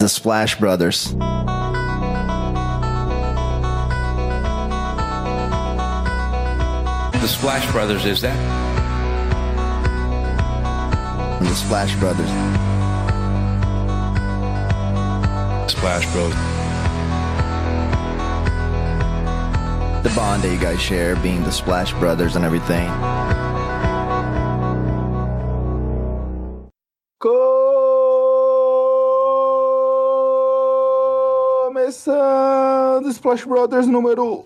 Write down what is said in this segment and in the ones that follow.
The Splash Brothers. The Splash Brothers, is that? The Splash Brothers. Splash Bros. The bond that you guys share, being the Splash Brothers and everything. Começando Splash Brothers número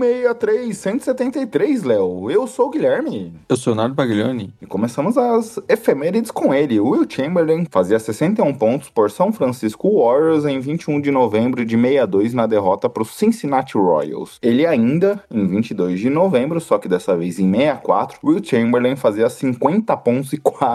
173, Léo. Eu sou o Guilherme. Eu sou o Nardo Baglioni. E começamos as efemérides com ele. Will Chamberlain fazia 61 pontos por São Francisco Warriors em 21 de novembro de 62 na derrota para os Cincinnati Royals. Ele ainda, em 22 de novembro, só que dessa vez em 64, Will Chamberlain fazia 50 pontos e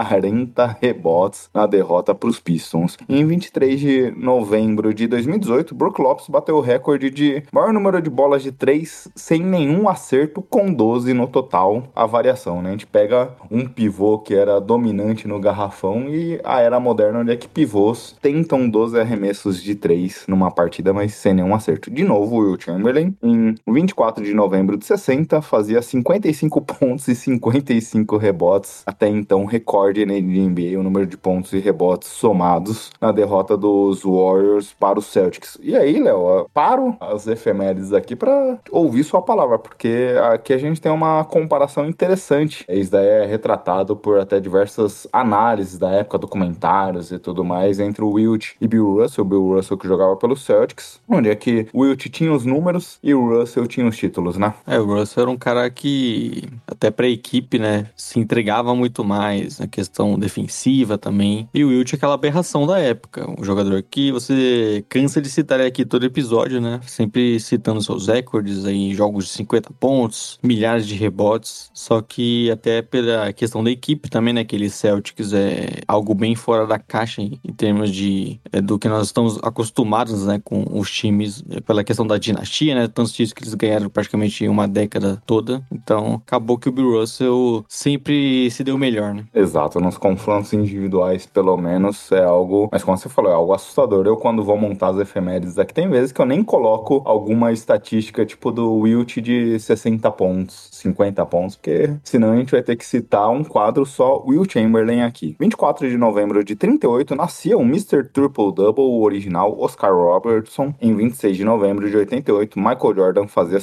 40 rebotes na derrota para os Pistons. Em 23 de novembro de 2018, Brook Lopes bateu o recorde de maior número de bolas de 3 sem nenhum acerto, com 12 no total. A variação, né? A gente pega um pivô que era dominante no garrafão e a era moderna onde é que pivôs tentam 12 arremessos de 3 numa partida, mas sem nenhum acerto. De novo, o Will Chamberlain, em 24 de novembro de 60, fazia 55 pontos e 55 rebotes. Até então, recorde na NBA, o número de pontos e rebotes somados na derrota dos Warriors para os Celtics. E aí, Léo, paro as efemérides aqui para ouvir sua palavra, porque aqui a gente tem uma comparação interessante. Isso daí é retratado por até diversas análises da época, documentários e tudo mais, entre o Wilt e Bill Russell. Bill Russell que jogava pelos Celtics, onde é que o Wilt tinha os números e o Russell tinha os títulos, né? O Russell era um cara que, até pra equipe, né, se entregava muito mais na questão defensiva também. E o Wilt é aquela aberração da época, um jogador que você cansa de citar aqui todo episódio, né, sempre citando seus recordes aí em jogos de 50 pontos, milhares de rebotes, só que até pela questão da equipe também, né, aquele Celtics é algo bem fora da caixa em termos de do que nós estamos acostumados, né, com os times, pela questão da dinastia, né, tantos títulos que eles ganharam praticamente uma década toda, então acabou que o Bill Russell sempre se deu melhor, né. Exato, nos confrontos individuais, pelo menos, é algo, mas como você falou, é algo assustador. Eu, quando vou montar as efemérides aqui, tem vezes que eu nem coloco alguma estatística tipo do Wilt de 60 pontos, 50 pontos, porque senão a gente vai ter que citar um quadro só Will Chamberlain aqui. 24 de novembro de 38, nascia o Mr. Triple Double, o original Oscar Robertson. Em 26 de novembro de 88, Michael Jordan fazia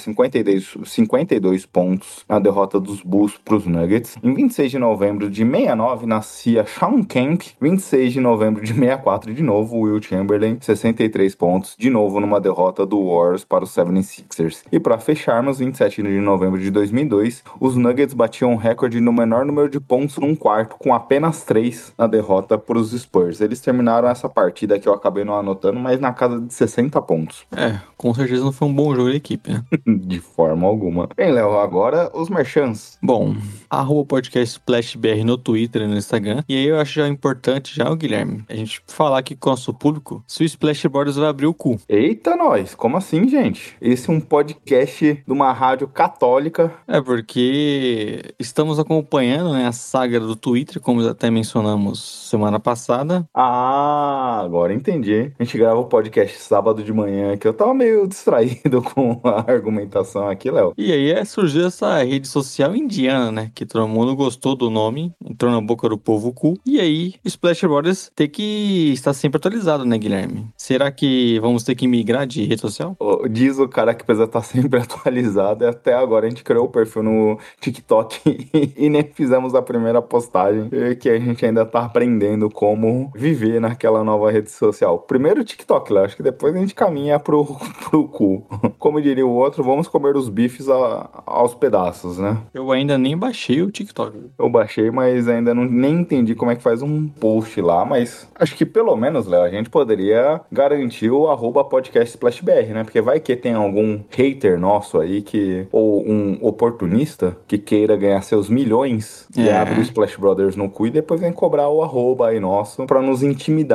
52 pontos na derrota dos Bulls para os Nuggets. Em 26 de novembro de 69, nascia Shawn Kemp. 26 de novembro de 64, de novo, Will Chamberlain, 63 pontos, de novo numa derrota do Warriors para os 76ers. E para fecharmos, 27 de novembro de 2002, os Nuggets batiam um recorde no menor número de pontos num quarto, com apenas 3 na derrota para os Spurs. Eles terminaram essa partida que eu acabei não anotando, mas na casa de 60 pontos. Com certeza não foi um bom jogo da equipe, né? De forma alguma. Bem, Léo, agora os merchants. Bom, @podcast SplashBR no Twitter e no Instagram. E aí eu acho já importante, o Guilherme, a gente falar aqui com o nosso público se o Splash Brothers vai abrir o cu. Eita, nós! Como assim, gente? Esse é um podcast de uma rádio católica. Porque estamos acompanhando, né, a saga do Twitter, como até mencionamos semana passada. Ah, agora entendi. A gente grava o podcast sábado de manhã, que eu tava meio distraído com a argumentação aqui, Léo. E aí surgiu essa rede social indiana, né, que todo mundo gostou do nome, entrou na boca do povo o cu. E aí, o Splash Brothers tem que estar sempre atualizado, né, Guilherme? Será que vamos ter que migrar de rede social? Diz o cara que precisa estar sempre atualizado. E até agora a gente criou o perfil no TikTok e nem fizemos a primeira postagem, que a gente ainda tá aprendendo como viver naquela nova rede social. Primeiro o TikTok, Léo, acho que depois a gente caminha pro cu. Como diria o outro, vamos comer os bifes aos pedaços, né? Eu ainda nem baixei o TikTok. Eu baixei, mas ainda nem entendi como é que faz um post lá, mas acho que pelo menos, Léo, a gente poderia garantir o @podcastsplashbr, né? Porque vai que tem algum hater nosso aí ou um oportunista que queira ganhar seus milhões e abre o Splash Brothers no cu e depois vem cobrar o arroba aí nosso pra nos intimidar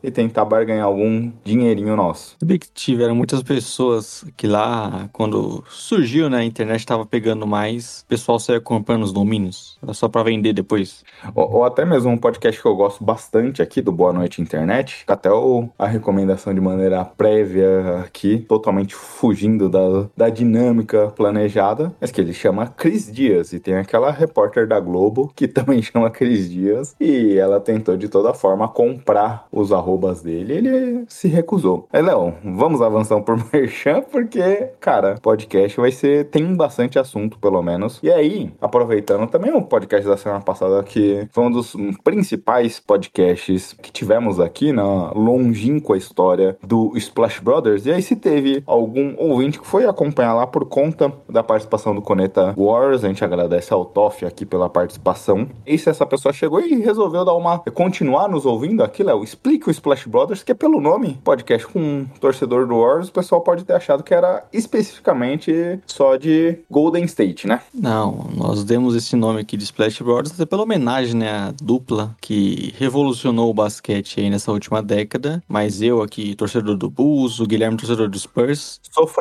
e tentar barganhar algum dinheirinho nosso. Sabia que tiveram muitas pessoas que lá, quando surgiu, né, a internet tava pegando mais, o pessoal saía comprando os domínios, era só pra vender depois. Ou até mesmo um podcast que eu gosto bastante aqui do Boa Noite Internet, até a recomendação de maneira prévia aqui, totalmente fugindo da dinâmica planejada, mas que ele chama Cris Dias, e tem aquela repórter da Globo que também chama Cris Dias, e ela tentou de toda forma comprar os arrobas dele, e ele se recusou. Aí, Léo, vamos avançar por merchan, porque, cara, podcast tem bastante assunto, pelo menos. E aí, aproveitando também o podcast da semana passada, que foi um dos principais podcasts que tivemos aqui na longínqua história do Splash Brothers. E aí, se teve algum ouvinte que foi acompanhar lá por conta da participação do Coneta Wars, a gente agradece ao Toff aqui pela participação. E se essa pessoa chegou e resolveu continuar nos ouvindo aqui, Léo, explique o Splash Brothers, que é pelo nome, podcast com um torcedor do Warriors, o pessoal pode ter achado que era especificamente só de Golden State, né? Não, nós demos esse nome aqui de Splash Brothers até pela homenagem, né, à dupla que revolucionou o basquete aí nessa última década, mas eu aqui, torcedor do Bulls, o Guilherme, torcedor do Spurs.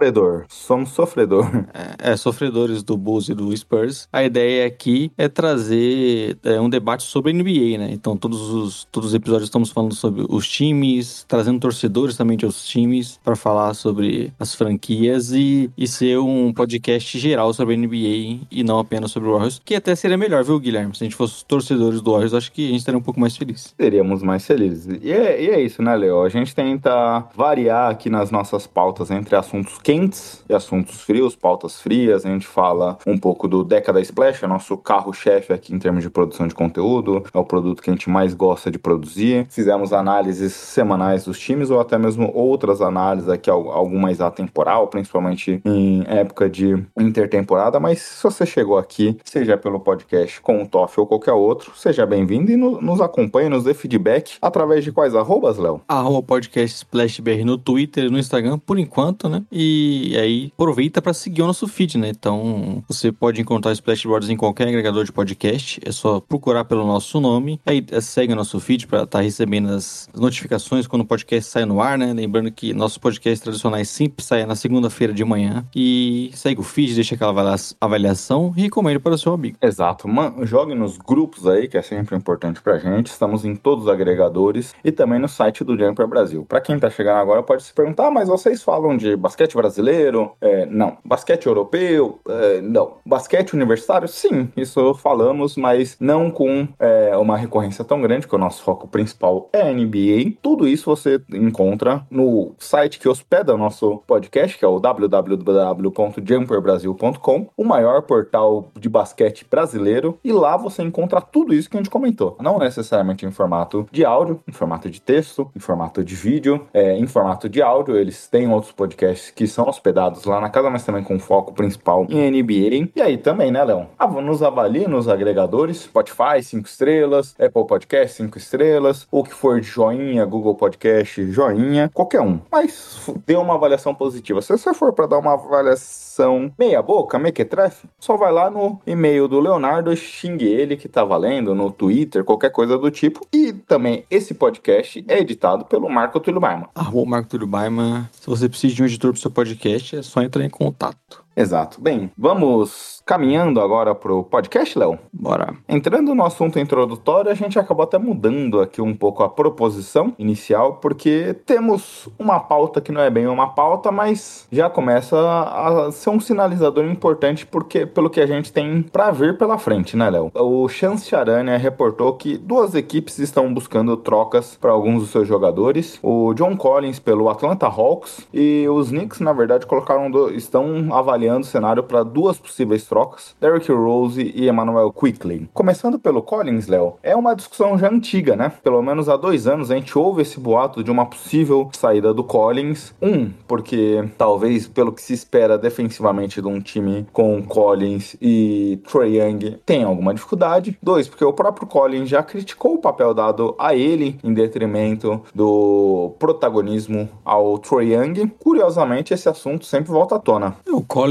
Somos sofredor. Sofredores do Bulls e do Spurs. A ideia aqui é trazer um debate sobre a NBA, né? Então todos os episódios estamos falando sobre os times, trazendo torcedores também de outros times para falar sobre as franquias e ser um podcast geral sobre a NBA e não apenas sobre o Warriors, que até seria melhor, viu, Guilherme? Se a gente fosse torcedores do Warriors, acho que a gente estaria um pouco mais feliz. Seríamos mais felizes. E é isso, né, Leo? A gente tenta variar aqui nas nossas pautas entre assuntos quentes e assuntos frios, pautas frias. A gente fala um pouco do Década Splash, é nosso carro-chefe aqui em termos de produção de conteúdo, é o produto que a gente mais gosta de produzir. Fizemos análises semanais dos times ou até mesmo outras análises aqui, alguma mais atemporal, principalmente em época de intertemporada, mas se você chegou aqui, seja pelo podcast com o Toff ou qualquer outro, seja bem-vindo e nos acompanhe, nos dê feedback através de quais arrobas, Léo? @podcast SplashBR no Twitter e no Instagram, por enquanto, né? E aí, aproveita para seguir o nosso feed, né? Então, você pode encontrar o Splash Brothers em qualquer agregador de podcast, é só procurar pelo nosso nome, aí segue o nosso feed para estar recebendo as notificações quando o podcast sai no ar, né? Lembrando que nossos podcasts tradicionais sempre saem na segunda-feira de manhã, e segue o feed, deixa aquela avaliação e recomende para o seu amigo. Exato, jogue nos grupos aí, que é sempre importante pra gente, estamos em todos os agregadores e também no site do Jumper Brasil. Pra quem tá chegando agora pode se perguntar, mas vocês falam de basquete brasileiro? Não. Basquete europeu? Não. Basquete universitário? Sim, isso falamos, mas não com uma recorrência tão grande, que o nosso foco principal é a NBA. Tudo isso você encontra no site que hospeda o nosso podcast, que é o www.jumperbrasil.com, o maior portal de basquete brasileiro, e lá você encontra tudo isso que a gente comentou. Não necessariamente em formato de áudio, em formato de texto, em formato de vídeo, em formato de áudio. Eles têm outros podcasts que são hospedados lá na casa, mas também com foco principal em NBA. E aí também, né, Leão? Nos avalie nos agregadores, Spotify, 5 estrelas, Apple Podcast, 5 estrelas, o que for de joinha, Google Podcast, joinha, qualquer um. Mas dê uma avaliação positiva. Se você for para dar uma avaliação meia boca, mequetrefe, só vai lá no e-mail do Leonardo, xingue ele que tá valendo, no Twitter, qualquer coisa do tipo. E também esse podcast é editado pelo Marco Túlio Baima. Marco Túlio Baima. Se você precisa de um editor pro seu podcast, é só entrar em contato. Exato. Bem, vamos caminhando agora pro podcast, Léo? Bora. Entrando no assunto introdutório, a gente acabou até mudando aqui um pouco a proposição inicial, porque temos uma pauta que não é bem uma pauta, mas já começa a ser um sinalizador importante pelo que a gente tem pra vir pela frente, né, Léo? O Chance Charania reportou que 2 equipes estão buscando trocas para alguns dos seus jogadores. O John Collins pelo Atlanta Hawks e os Knicks, na verdade, estão avaliando o cenário para 2 possíveis trocas, Derrick Rose e Emmanuel Quickley. Começando pelo Collins, Léo, é uma discussão já antiga, né? Pelo menos há 2 anos a gente ouve esse boato de uma possível saída do Collins. Porque talvez pelo que se espera defensivamente de um time com Collins e Trae Young tenha alguma dificuldade. 2, porque o próprio Collins já criticou o papel dado a ele em detrimento do protagonismo ao Trae Young. Curiosamente, esse assunto sempre volta à tona. O Collins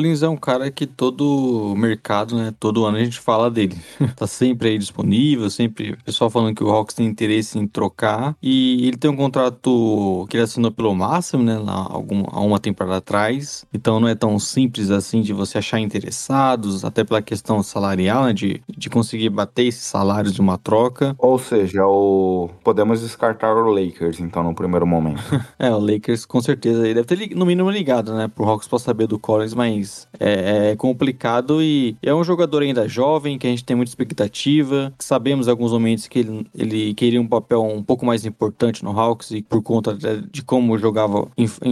Collins é um cara que todo mercado, né, todo ano a gente fala dele. Tá sempre aí disponível, sempre o pessoal falando que o Hawks tem interesse em trocar. E ele tem um contrato que ele assinou pelo máximo, né, lá há uma temporada atrás. Então não é tão simples assim de você achar interessados, até pela questão salarial, né, de conseguir bater esses salários de uma troca. Ou seja, podemos descartar o Lakers, então, no primeiro momento. O Lakers com certeza aí deve ter no mínimo ligado, né, pro Hawks pra saber do Collins, mas é complicado e é um jogador ainda jovem, que a gente tem muita expectativa, que sabemos em alguns momentos que ele queria um papel um pouco mais importante no Hawks e por conta de como jogava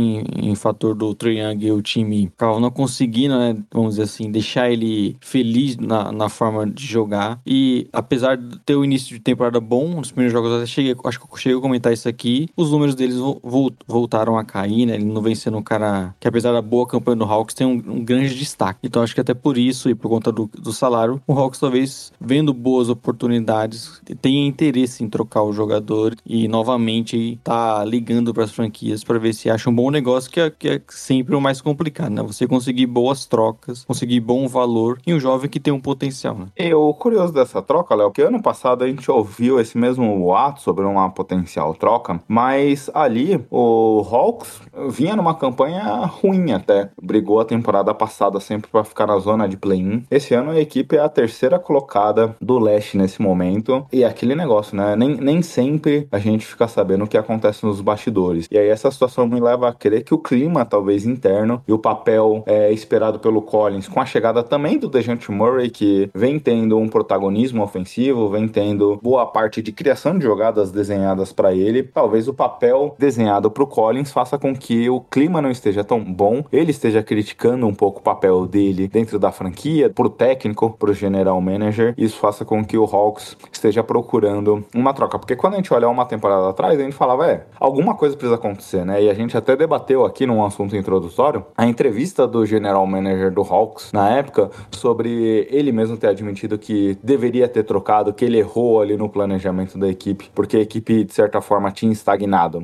em fator do Trae Young e o time acabava não conseguindo, né, vamos dizer assim, deixar ele feliz na forma de jogar. E apesar de ter o início de temporada bom, nos primeiros jogos acho que eu cheguei a comentar isso aqui, os números deles voltaram a cair, né? Ele não vem sendo um cara que, apesar da boa campanha do Hawks, tem um grande destaque. Então acho que até por isso e por conta do salário, o Hawks talvez, vendo boas oportunidades, tenha interesse em trocar o jogador e novamente tá ligando para as franquias para ver se acha um bom negócio, que é sempre o mais complicado, né? Você conseguir boas trocas, conseguir bom valor em um jovem que tem um potencial, né? E o curioso dessa troca, Léo, que ano passado a gente ouviu esse mesmo boato sobre uma potencial troca, mas ali o Hawks vinha numa campanha ruim até. Brigou a temporada passada sempre para ficar na zona de play-in. Esse ano a equipe é a terceira colocada do leste nesse momento. E é aquele negócio, né? Nem sempre a gente fica sabendo o que acontece nos bastidores. E aí essa situação me leva a crer que o clima, talvez interno, e o papel esperado pelo Collins, com a chegada também do DeJounte Murray, que vem tendo um protagonismo ofensivo, vem tendo boa parte de criação de jogadas desenhadas para ele. Talvez o papel desenhado para o Collins faça com que o clima não esteja tão bom, ele esteja criticando um pouco o papel dele dentro da franquia, pro técnico, pro general manager. Isso faça com que o Hawks esteja procurando uma troca, porque quando a gente olha uma temporada atrás, a gente falava, alguma coisa precisa acontecer, né? E a gente até debateu aqui num assunto introdutório a entrevista do general manager do Hawks na época, sobre ele mesmo ter admitido que deveria ter trocado, que ele errou ali no planejamento da equipe, porque a equipe de certa forma tinha estagnado.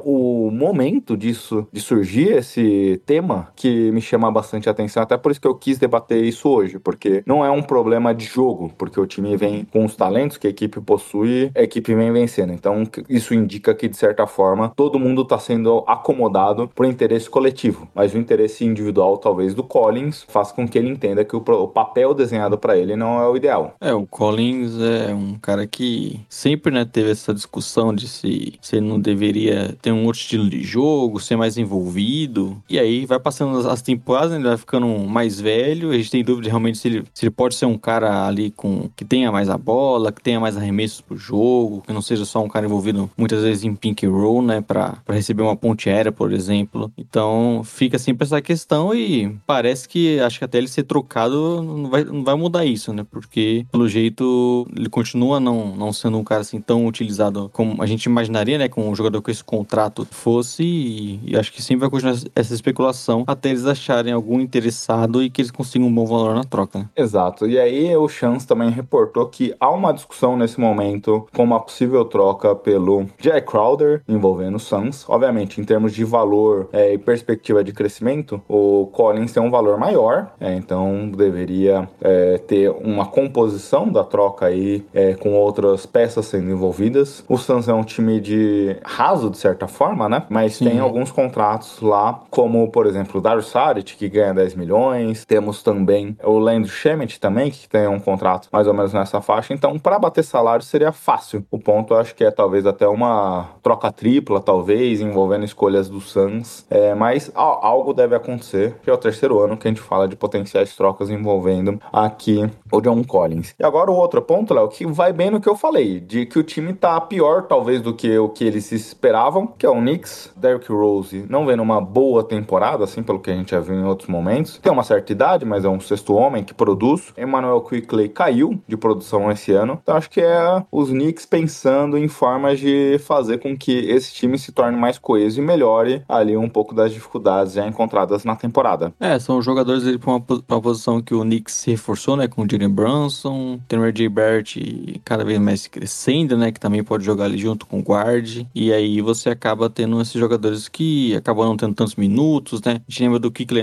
O momento disso, de surgir esse tema, que me chama bastante atenção, até por isso que eu quis debater isso hoje, porque não é um problema de jogo, porque o time vem com os talentos que a equipe possui, a equipe vem vencendo. Então isso indica que de certa forma todo mundo está sendo acomodado por interesse coletivo, mas o interesse individual talvez do Collins faz com que ele entenda que o papel desenhado para ele não é o ideal. O Collins é um cara que sempre, né, teve essa discussão de se ele não deveria ter um outro estilo de jogo, ser mais envolvido. E aí vai passando as temporadas, né, ele vai ficando mais velho. A gente tem dúvida realmente se ele pode ser um cara ali que tenha mais a bola, que tenha mais arremessos pro jogo, que não seja só um cara envolvido muitas vezes em pick and roll, né, pra receber uma ponte aérea, por exemplo. Então fica sempre essa questão e parece que acho que até ele ser trocado não vai mudar isso, né, porque pelo jeito ele continua não sendo um cara assim tão utilizado como a gente imaginaria, né, com um jogador com esse contrato fosse, e acho que sempre vai continuar essa especulação até eles acharem algum interessado e que eles consigam um bom valor na troca, né? Exato, e aí o Shams também reportou que há uma discussão nesse momento com uma possível troca pelo Jay Crowder envolvendo o Suns. Obviamente, em termos de valor e perspectiva de crescimento, o Collins tem um valor maior, então deveria ter uma composição da troca aí com outras peças sendo envolvidas. O Suns é um time de raso, de certa forma, né? Mas tem alguns contratos lá, como, por exemplo, o Dario Saric, que ganha 10 milhões. Temos também o Landry Shamet também, que tem um contrato mais ou menos nessa faixa. Então, para bater salário seria fácil. O ponto, eu acho que é talvez até uma troca tripla, talvez, envolvendo escolhas do Suns. Mas algo deve acontecer, que é o terceiro ano que a gente fala de potenciais trocas envolvendo aqui o John Collins. E agora o outro ponto, Léo, que vai bem no que eu falei, de que o time tá pior, talvez, do que o que eles esperavam, que é o Knicks. Derrick Rose não vem numa boa temporada, assim, pelo que a gente já viu em outros momentos. Tem uma certa idade, mas é um sexto homem que produz. Emmanuel Quickley caiu de produção esse ano. Então acho que é os Knicks pensando em formas de fazer com que esse time se torne mais coeso e melhore ali um pouco das dificuldades já encontradas na temporada. São jogadores ali pra uma posição que o Knicks se reforçou, né, com o Jalen Brunson, tem o R.J. Barrett cada vez mais crescendo, né, que também pode jogar ali junto com o guard, e aí você acaba tendo esses jogadores que acabam não tendo tantos minutos, né, a gente lembra do Quickley na sua primeira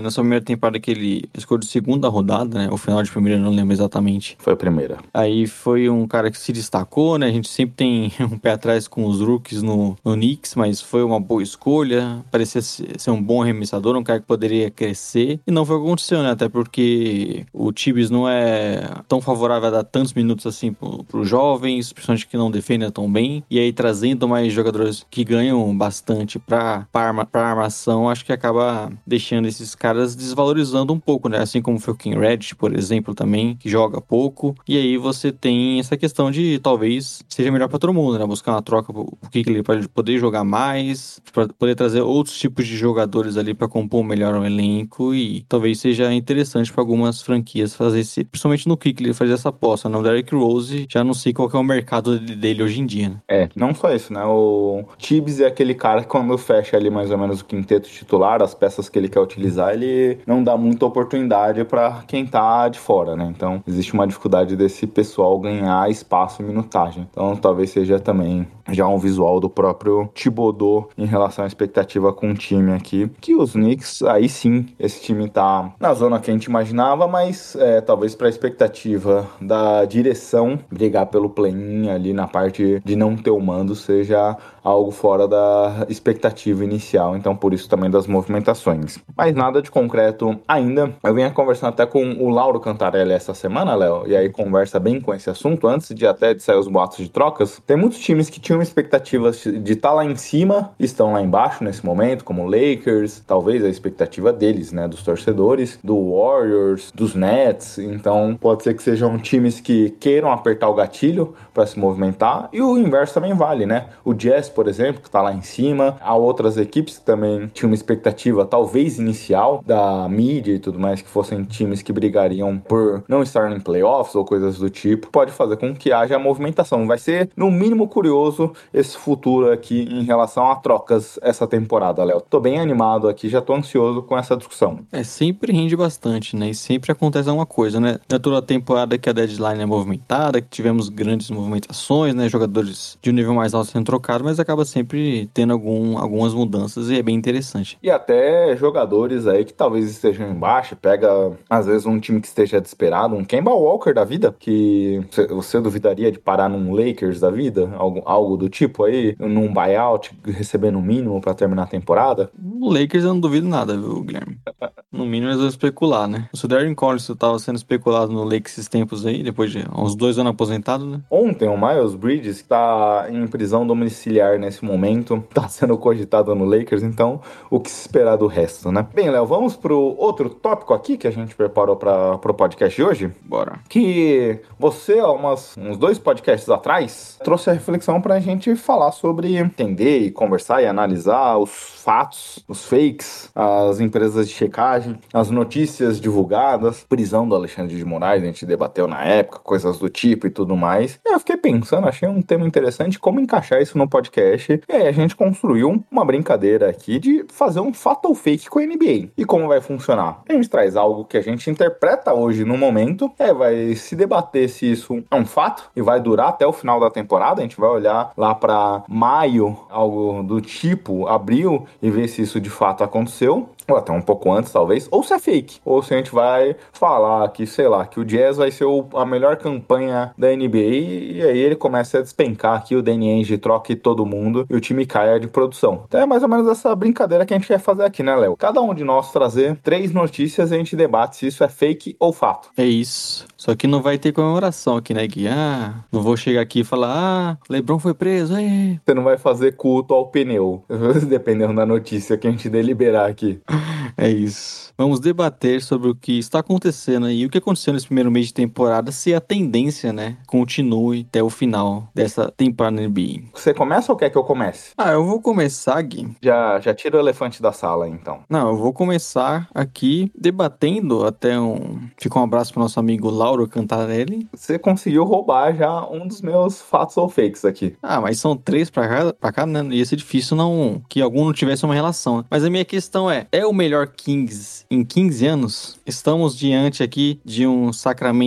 temporada que ele escolheu de segunda rodada, né? O final de primeira, não lembro exatamente. Foi a primeira. Aí foi um cara que se destacou, né? A gente sempre tem um pé atrás com os rookies no Knicks, mas foi uma boa escolha. Parecia ser um bom arremessador, um cara que poderia crescer. E não foi o que aconteceu, né? Até porque o Tibbs não é tão favorável a dar tantos minutos assim pros jovens, principalmente que não defendem tão bem. E aí trazendo mais jogadores que ganham bastante pra armação, acho que acaba deixando esses caras desvalorizando um pouco, né? Assim como foi o Ken Reddish, por exemplo, também, que joga pouco. E aí você tem essa questão de talvez seja melhor pra todo mundo, né? Buscar uma troca pro Quickley pra ele poder jogar mais, pra poder trazer outros tipos de jogadores ali pra compor melhor o elenco, e talvez seja interessante pra algumas franquias fazer esse, principalmente no Quickley, fazer essa aposta, né? O Derrick Rose, já não sei qual que é o mercado dele hoje em dia, né? Não só isso, né? O Tibbs é aquele cara que quando fecha ali mais ou menos o quinteto titular, as peças que ele quer utilizar, ele não dá muita oportunidade pra quem tá de fora, né? Então, existe uma dificuldade desse pessoal ganhar espaço e minutagem. Então, talvez seja também já um visual do próprio Thibodeau em relação à expectativa com o time aqui. Que os Knicks, aí sim, esse time tá na zona que a gente imaginava, mas talvez pra expectativa da direção brigar pelo play-in ali na parte de não ter o mando seja algo fora da expectativa inicial, então por isso também das movimentações. Mas nada de concreto ainda. Eu vinha conversando até com o Lauro Cantarelli essa semana, Léo, e aí conversa bem com esse assunto, antes de até de sair os boatos de trocas. Tem muitos times que tinham expectativas de estar lá em cima, estão lá embaixo nesse momento, como o Lakers, talvez a expectativa deles, né, dos torcedores, do Warriors, dos Nets, então pode ser que sejam times que queiram apertar o gatilho para se movimentar, e o inverso também vale, né? O Jazz, por exemplo, que está lá em cima, há outras equipes que também tinham uma expectativa, talvez inicial, da mídia e tudo mais, que fossem times que brigariam por não estar em playoffs ou coisas do tipo, pode fazer com que haja movimentação. Vai ser, no mínimo, curioso esse futuro aqui em relação a trocas essa temporada, Léo. Tô bem animado aqui, já tô ansioso com essa discussão. Sempre rende bastante, né? E sempre acontece alguma coisa, né? Não é toda temporada que a deadline é movimentada, que tivemos grandes movimentações, né? Jogadores de um nível mais alto sendo trocados, mas acaba sempre tendo algumas mudanças e é bem interessante. E até jogadores aí que talvez estejam embaixo, pega às vezes um time que esteja desesperado, um Kemba Walker da vida, que você duvidaria de parar num Lakers da vida, algo do tipo aí, num buyout, recebendo o mínimo pra terminar a temporada. No Lakers eu não duvido nada, viu, Guilherme? No mínimo eles vão especular, né? O Darren Collison tava sendo especulado no Lakers esses tempos aí, depois de uns 2 anos aposentado, né? Ontem o Miles Bridges, que tá em prisão domiciliar nesse momento, tá sendo cogitado no Lakers, então o que se esperar do resto, né? Bem, Léo, vamos pro outro tópico aqui que a gente preparou pro podcast de hoje. Bora. Que você, uns 2 podcasts atrás, trouxe a reflexão pra gente falar sobre entender e conversar e analisar os fatos, os fakes, as empresas de checagem, as notícias divulgadas, prisão do Alexandre de Moraes, a gente debateu na época, coisas do tipo e tudo mais. E eu fiquei pensando, achei um tema interessante como encaixar isso no podcast, e aí a gente construiu uma brincadeira aqui de fazer um fato ou fake com a NBA. E como vai funcionar? A gente traz algo que a gente interpreta hoje no momento, vai se debater se isso é um fato e vai durar até o final da temporada, a gente vai olhar lá pra maio, algo do tipo, abril, e ver se isso de fato aconteceu, ou até um pouco antes, talvez, ou se é fake, ou se a gente vai falar que, sei lá, que o Jazz vai ser a melhor campanha da NBA, e aí ele começa a despencar aqui, o Danny Ainge troque todo mundo, e o time caia de produção. Então é mais ou menos essa brincadeira que a gente quer fazer aqui, né, Léo? Cada um de nós trazer 3 notícias e a gente debate se isso é fake ou fato. É isso. Só que não vai ter comemoração aqui, né, Gui? Não vou chegar aqui e falar, LeBron foi preso, aí. Você não vai fazer culto ao pneu, dependendo da notícia que a gente deliberar aqui. É isso. Vamos debater sobre o que está acontecendo aí, o que aconteceu nesse primeiro mês de temporada, se a tendência, né, continue até o final dessa temporada na NBA. Você começa ou quer que eu comece? Eu vou começar, Gui. Já tira o elefante da sala, então. Não, eu vou começar aqui debatendo Fica um abraço pro nosso amigo Lauro Cantarelli. Você conseguiu roubar já um dos meus fatos ou fakes aqui. Mas são 3 pra cá, né? Ia ser difícil que algum não tivesse uma relação. Mas a minha questão é o melhor Kings em 15 anos? Estamos diante aqui de um Sacramento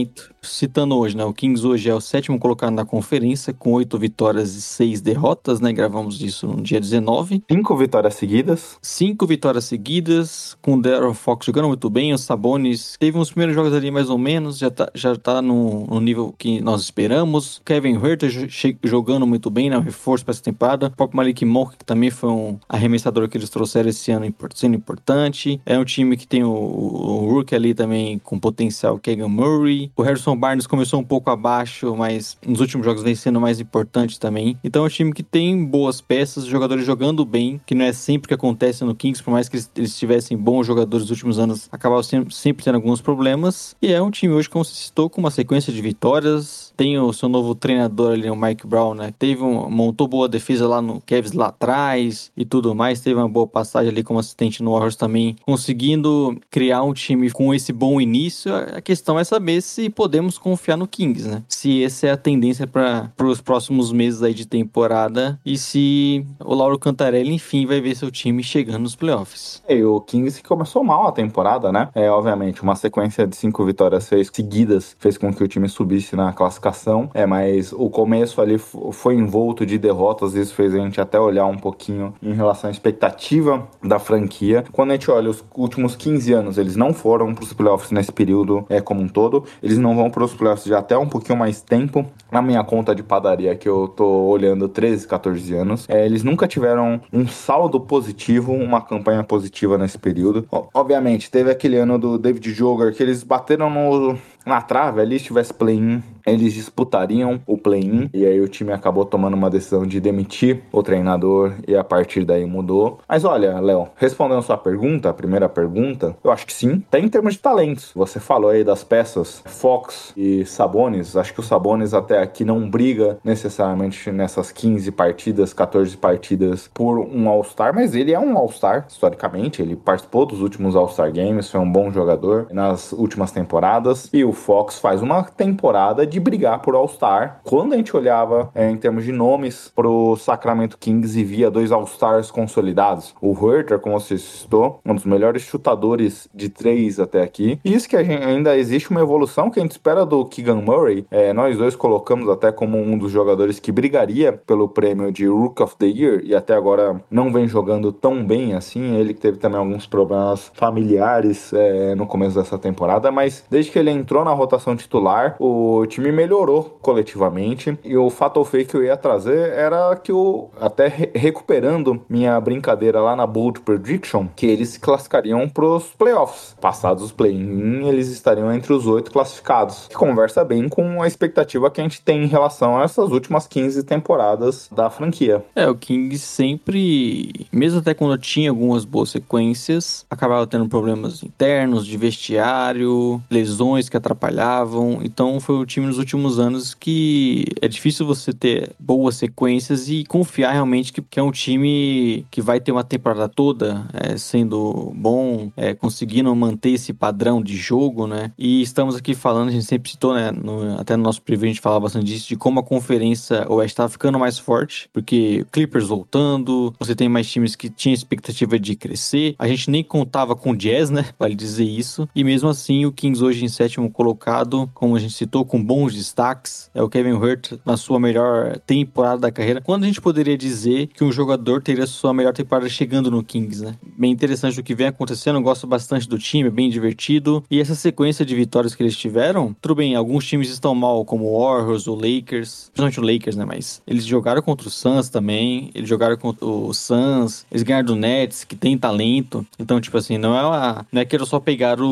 citando hoje, né? O Kings hoje é o 7º colocado na conferência, com 8 vitórias e 6 derrotas, né? Gravamos isso no dia 19. 5 vitórias seguidas. 5 vitórias seguidas, com o De'Aaron Fox jogando muito bem, o Sabonis teve uns primeiros jogos ali mais ou menos, já tá no nível que nós esperamos. Kevin Huerter jogando muito bem, né? Um reforço para essa temporada. O próprio Malik Monk, que também foi um arremessador que eles trouxeram esse ano, sendo importante. É um time que tem o Rook ali também com potencial, Keegan Murray. O Harrison Barnes começou um pouco abaixo, mas nos últimos jogos vem sendo mais importante também. Então é um time que tem boas peças, jogadores jogando bem, que não é sempre que acontece no Kings, por mais que eles tivessem bons jogadores nos últimos anos, acabavam sempre tendo alguns problemas. E é um time hoje, como você citou, com uma sequência de vitórias. Tem o seu novo treinador ali, o Mike Brown, né? Montou boa defesa lá no Cavs lá atrás e tudo mais. Teve uma boa passagem ali como assistente no Warriors também, conseguindo criar um time com esse bom início. A questão é saber se podemos confiar no Kings, né? Se essa é a tendência para os próximos meses aí de temporada e se o Lauro Cantarelli, enfim, vai ver seu time chegando nos playoffs. E o Kings começou mal a temporada, né? Obviamente, uma sequência de 5 vitórias seguidas fez com que o time subisse na classificação. Mas o começo ali foi envolto de derrotas, isso fez a gente até olhar um pouquinho em relação à expectativa da franquia. Quando a gente olha os últimos 15 anos, eles não foram para os playoffs nesse período como um todo. Eles não vão para os playoffs já até um pouquinho mais tempo. Na minha conta de padaria, que eu tô olhando 13, 14 anos, eles nunca tiveram um saldo positivo, uma campanha positiva nesse período. Obviamente, teve aquele ano do David Jogar que eles bateram na trave ali, se tivesse play-in, eles disputariam o play-in, e aí o time acabou tomando uma decisão de demitir o treinador, e a partir daí mudou. Mas olha, Léo, respondendo a sua pergunta, a primeira pergunta, eu acho que sim, tem em termos de talentos. Você falou aí das peças Fox e Sabonis, acho que o Sabonis até aqui não briga necessariamente nessas 15 partidas, 14 partidas por um All-Star, mas ele é um All-Star, historicamente, ele participou dos últimos All-Star Games, foi um bom jogador nas últimas temporadas, e o Fox faz uma temporada de brigar por All-Star. Quando a gente olhava em termos de nomes pro Sacramento Kings e via 2 All-Stars consolidados, o Huerter, como você citou, um dos melhores chutadores de 3 até aqui. E isso que ainda existe uma evolução que a gente espera do Keegan Murray. Nós dois colocamos até como um dos jogadores que brigaria pelo prêmio de Rook of the Year e até agora não vem jogando tão bem assim. Ele que teve também alguns problemas familiares no começo dessa temporada, mas desde que ele entrou na rotação titular, o time melhorou coletivamente. E o fato feio que eu ia trazer era que até recuperando minha brincadeira lá na Bold Prediction, que eles se classificariam pros playoffs. Passados os play-in, eles estariam entre os 8 classificados, que conversa bem com a expectativa que a gente tem em relação a essas últimas 15 temporadas da franquia. O Kings sempre, mesmo até quando tinha algumas boas sequências, acabava tendo problemas internos, de vestiário, lesões que atrapalhavam. Então foi o time nos últimos anos que é difícil você ter boas sequências e confiar realmente que é um time que vai ter uma temporada toda sendo bom, conseguindo manter esse padrão de jogo, né? E estamos aqui falando, a gente sempre citou, né? Até no nosso preview a gente falava bastante disso, de como a Conferência Oeste estava ficando mais forte, porque Clippers voltando, você tem mais times que tinham expectativa de crescer. A gente nem contava com o Jazz, né? Vale dizer isso. E mesmo assim, o Kings hoje em 7º colocado, como a gente citou, com bons destaques. O Kevin Huerter na sua melhor temporada da carreira. Quando a gente poderia dizer que um jogador teria sua melhor temporada chegando no Kings, né? Bem interessante o que vem acontecendo. Eu gosto bastante do time, é bem divertido. E essa sequência de vitórias que eles tiveram, tudo bem, alguns times estão mal, como o Warriors, o Lakers, principalmente o Lakers, né? Mas eles jogaram contra o Suns também, eles jogaram contra o Suns, eles ganharam do Nets, que tem talento. Então, tipo assim, não é que eles só pegaram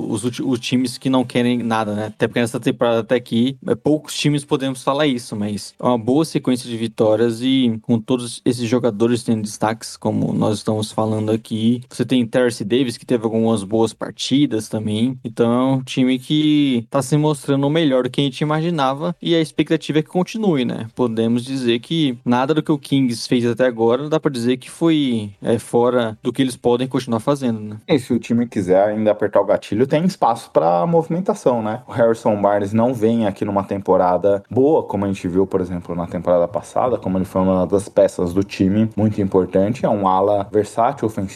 os times que não querem nada, né? Até porque nessa temporada até aqui, poucos times podemos falar isso, mas é uma boa sequência de vitórias e com todos esses jogadores tendo destaques, como nós estamos falando aqui. Você tem Terrence Davis, que teve algumas boas partidas também. Então é um time que tá se mostrando o melhor do que a gente imaginava e a expectativa é que continue, né? Podemos dizer que nada do que o Kings fez até agora dá pra dizer que foi fora do que eles podem continuar fazendo, né? E se o time quiser ainda apertar o gatilho, tem espaço pra movimentação, né? O Harrison Barnes não vem aqui numa temporada boa, como a gente viu, por exemplo, na temporada passada, como ele foi uma das peças do time muito importante. É um ala versátil ofensivamente,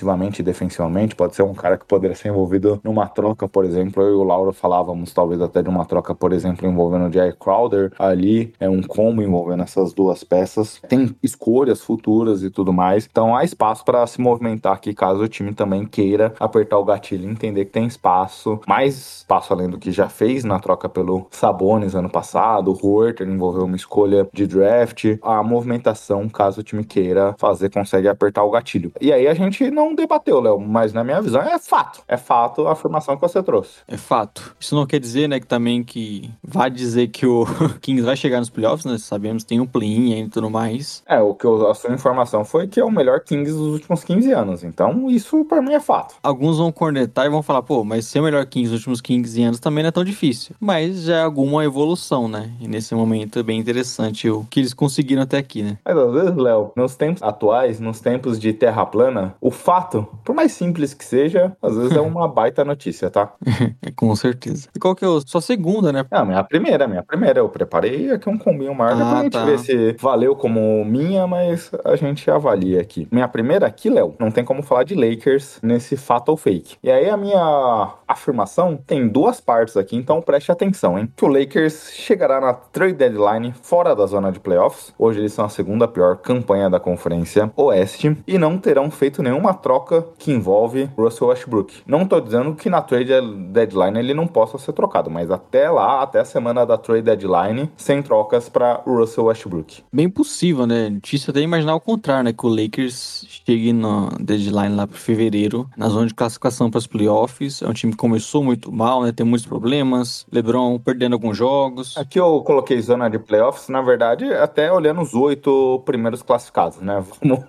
ofensivamente e defensivamente, pode ser um cara que poderia ser envolvido numa troca, por exemplo, eu e o Lauro falávamos talvez até de uma troca, por exemplo, envolvendo o Jay Crowder ali, é um combo envolvendo essas duas peças, tem escolhas futuras e tudo mais, então há espaço para se movimentar aqui, caso o time também queira apertar o gatilho e entender que tem espaço, mais espaço além do que já fez na troca pelo Sabonis ano passado, o Huerter envolveu uma escolha de draft, a movimentação, caso o time queira fazer, consegue apertar o gatilho. E aí a gente não debateu, Léo, mas na minha visão é fato a afirmação que você trouxe. É fato. Isso não quer dizer, né, que também que vai dizer que o Kings vai chegar nos playoffs, né? Sabemos que tem um play-in e tudo mais. A sua informação foi que é o melhor Kings dos últimos 15 anos, então isso pra mim é fato. Alguns vão cornetar e vão falar, pô, mas ser o melhor Kings dos últimos 15 anos também não é tão difícil. Mas já é alguma evolução, né? E nesse momento é bem interessante o que eles conseguiram até aqui, né? Mas às vezes, Léo, nos tempos atuais, nos tempos de terra plana, o fato, por mais simples que seja, às vezes é uma baita notícia, tá? Com certeza. E qual que é a sua segunda, né? Minha primeira. Eu preparei aqui um combinho maior, depois a gente vê se valeu como minha, mas a gente avalia aqui. Minha primeira aqui, Léo, não tem como falar de Lakers nesse fato ou fake. E aí a minha afirmação tem duas partes aqui, então preste atenção, hein? Que o Lakers chegará na trade deadline fora da zona de playoffs. Hoje eles são a segunda pior campanha da Conferência Oeste e não terão feito nenhuma troca que envolve Russell Westbrook. Não tô dizendo que na trade deadline ele não possa ser trocado, mas até lá, até a semana da trade deadline, sem trocas para Russell Westbrook. Bem possível, né? Difícil até imaginar o contrário, né? Que o Lakers chegue no deadline lá para fevereiro, na zona de classificação para os playoffs. É um time que começou muito mal, né? Tem muitos problemas. LeBron perdendo alguns jogos. Aqui eu coloquei zona de playoffs, na verdade, até olhando os 8 primeiros classificados, né?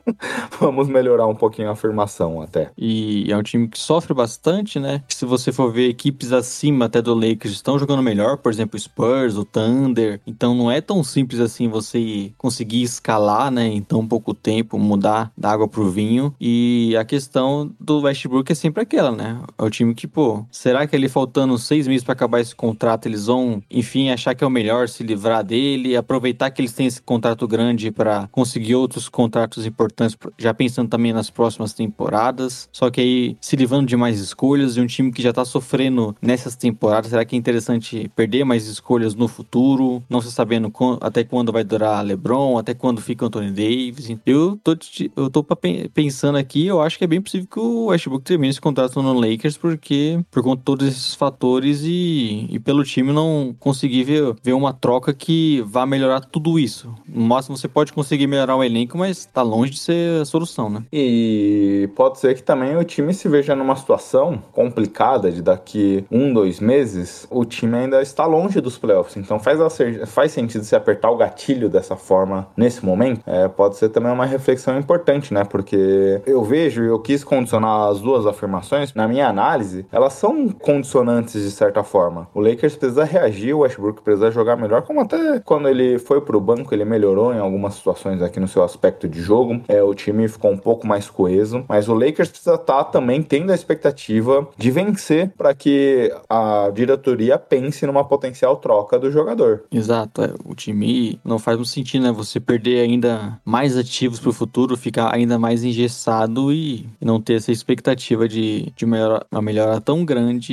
Vamos melhorar um pouquinho a afirmação até. E é um time que sofre bastante, né? Se você for ver equipes acima até do Lakers estão jogando melhor, por exemplo, o Spurs, o Thunder. Então não é tão simples assim você conseguir escalar, né? Em tão pouco tempo, mudar da água pro vinho. E a questão do Westbrook é sempre aquela, né? É o time que, pô, será que ele faltando 6 meses pra acabar esse contrato, eles vão, enfim, achar que é o melhor se livrar dele, aproveitar que eles têm esse contrato grande pra conseguir outros contratos importantes, já pensando também nas próximas temporadas. Só que aí se livrando de mais escolhas e um time que já tá sofrendo nessas temporadas, será que é interessante perder mais escolhas no futuro, não se sabendo até quando vai durar LeBron, até quando fica Anthony Davis? Eu tô pensando aqui, eu acho que é bem possível que o Westbrook termine esse contrato no Lakers, porque por conta de todos esses fatores e pelo time não conseguir ver uma troca que vá melhorar tudo isso. No máximo você pode conseguir melhorar o elenco, mas tá longe de ser a solução, né? E pode ser que também o time se veja numa situação complicada de daqui 2 meses, o time ainda está longe dos playoffs, então faz sentido se apertar o gatilho dessa forma nesse momento. Pode ser também uma reflexão importante, né? Porque eu quis condicionar as duas afirmações, na minha análise, elas são condicionantes de certa forma. O Lakers precisa reagir, o Westbrook precisa jogar melhor, como até quando ele foi pro banco, ele melhorou em algumas situações aqui no seu aspecto de jogo. O time ficou um pouco mais coeso, mas o Lakers precisa estar também tendo a expectativa de vencer para que a diretoria pense numa potencial troca do jogador. Exato, o time não faz muito sentido, né? Você perder ainda mais ativos pro futuro, ficar ainda mais engessado e não ter essa expectativa de uma melhora tão grande,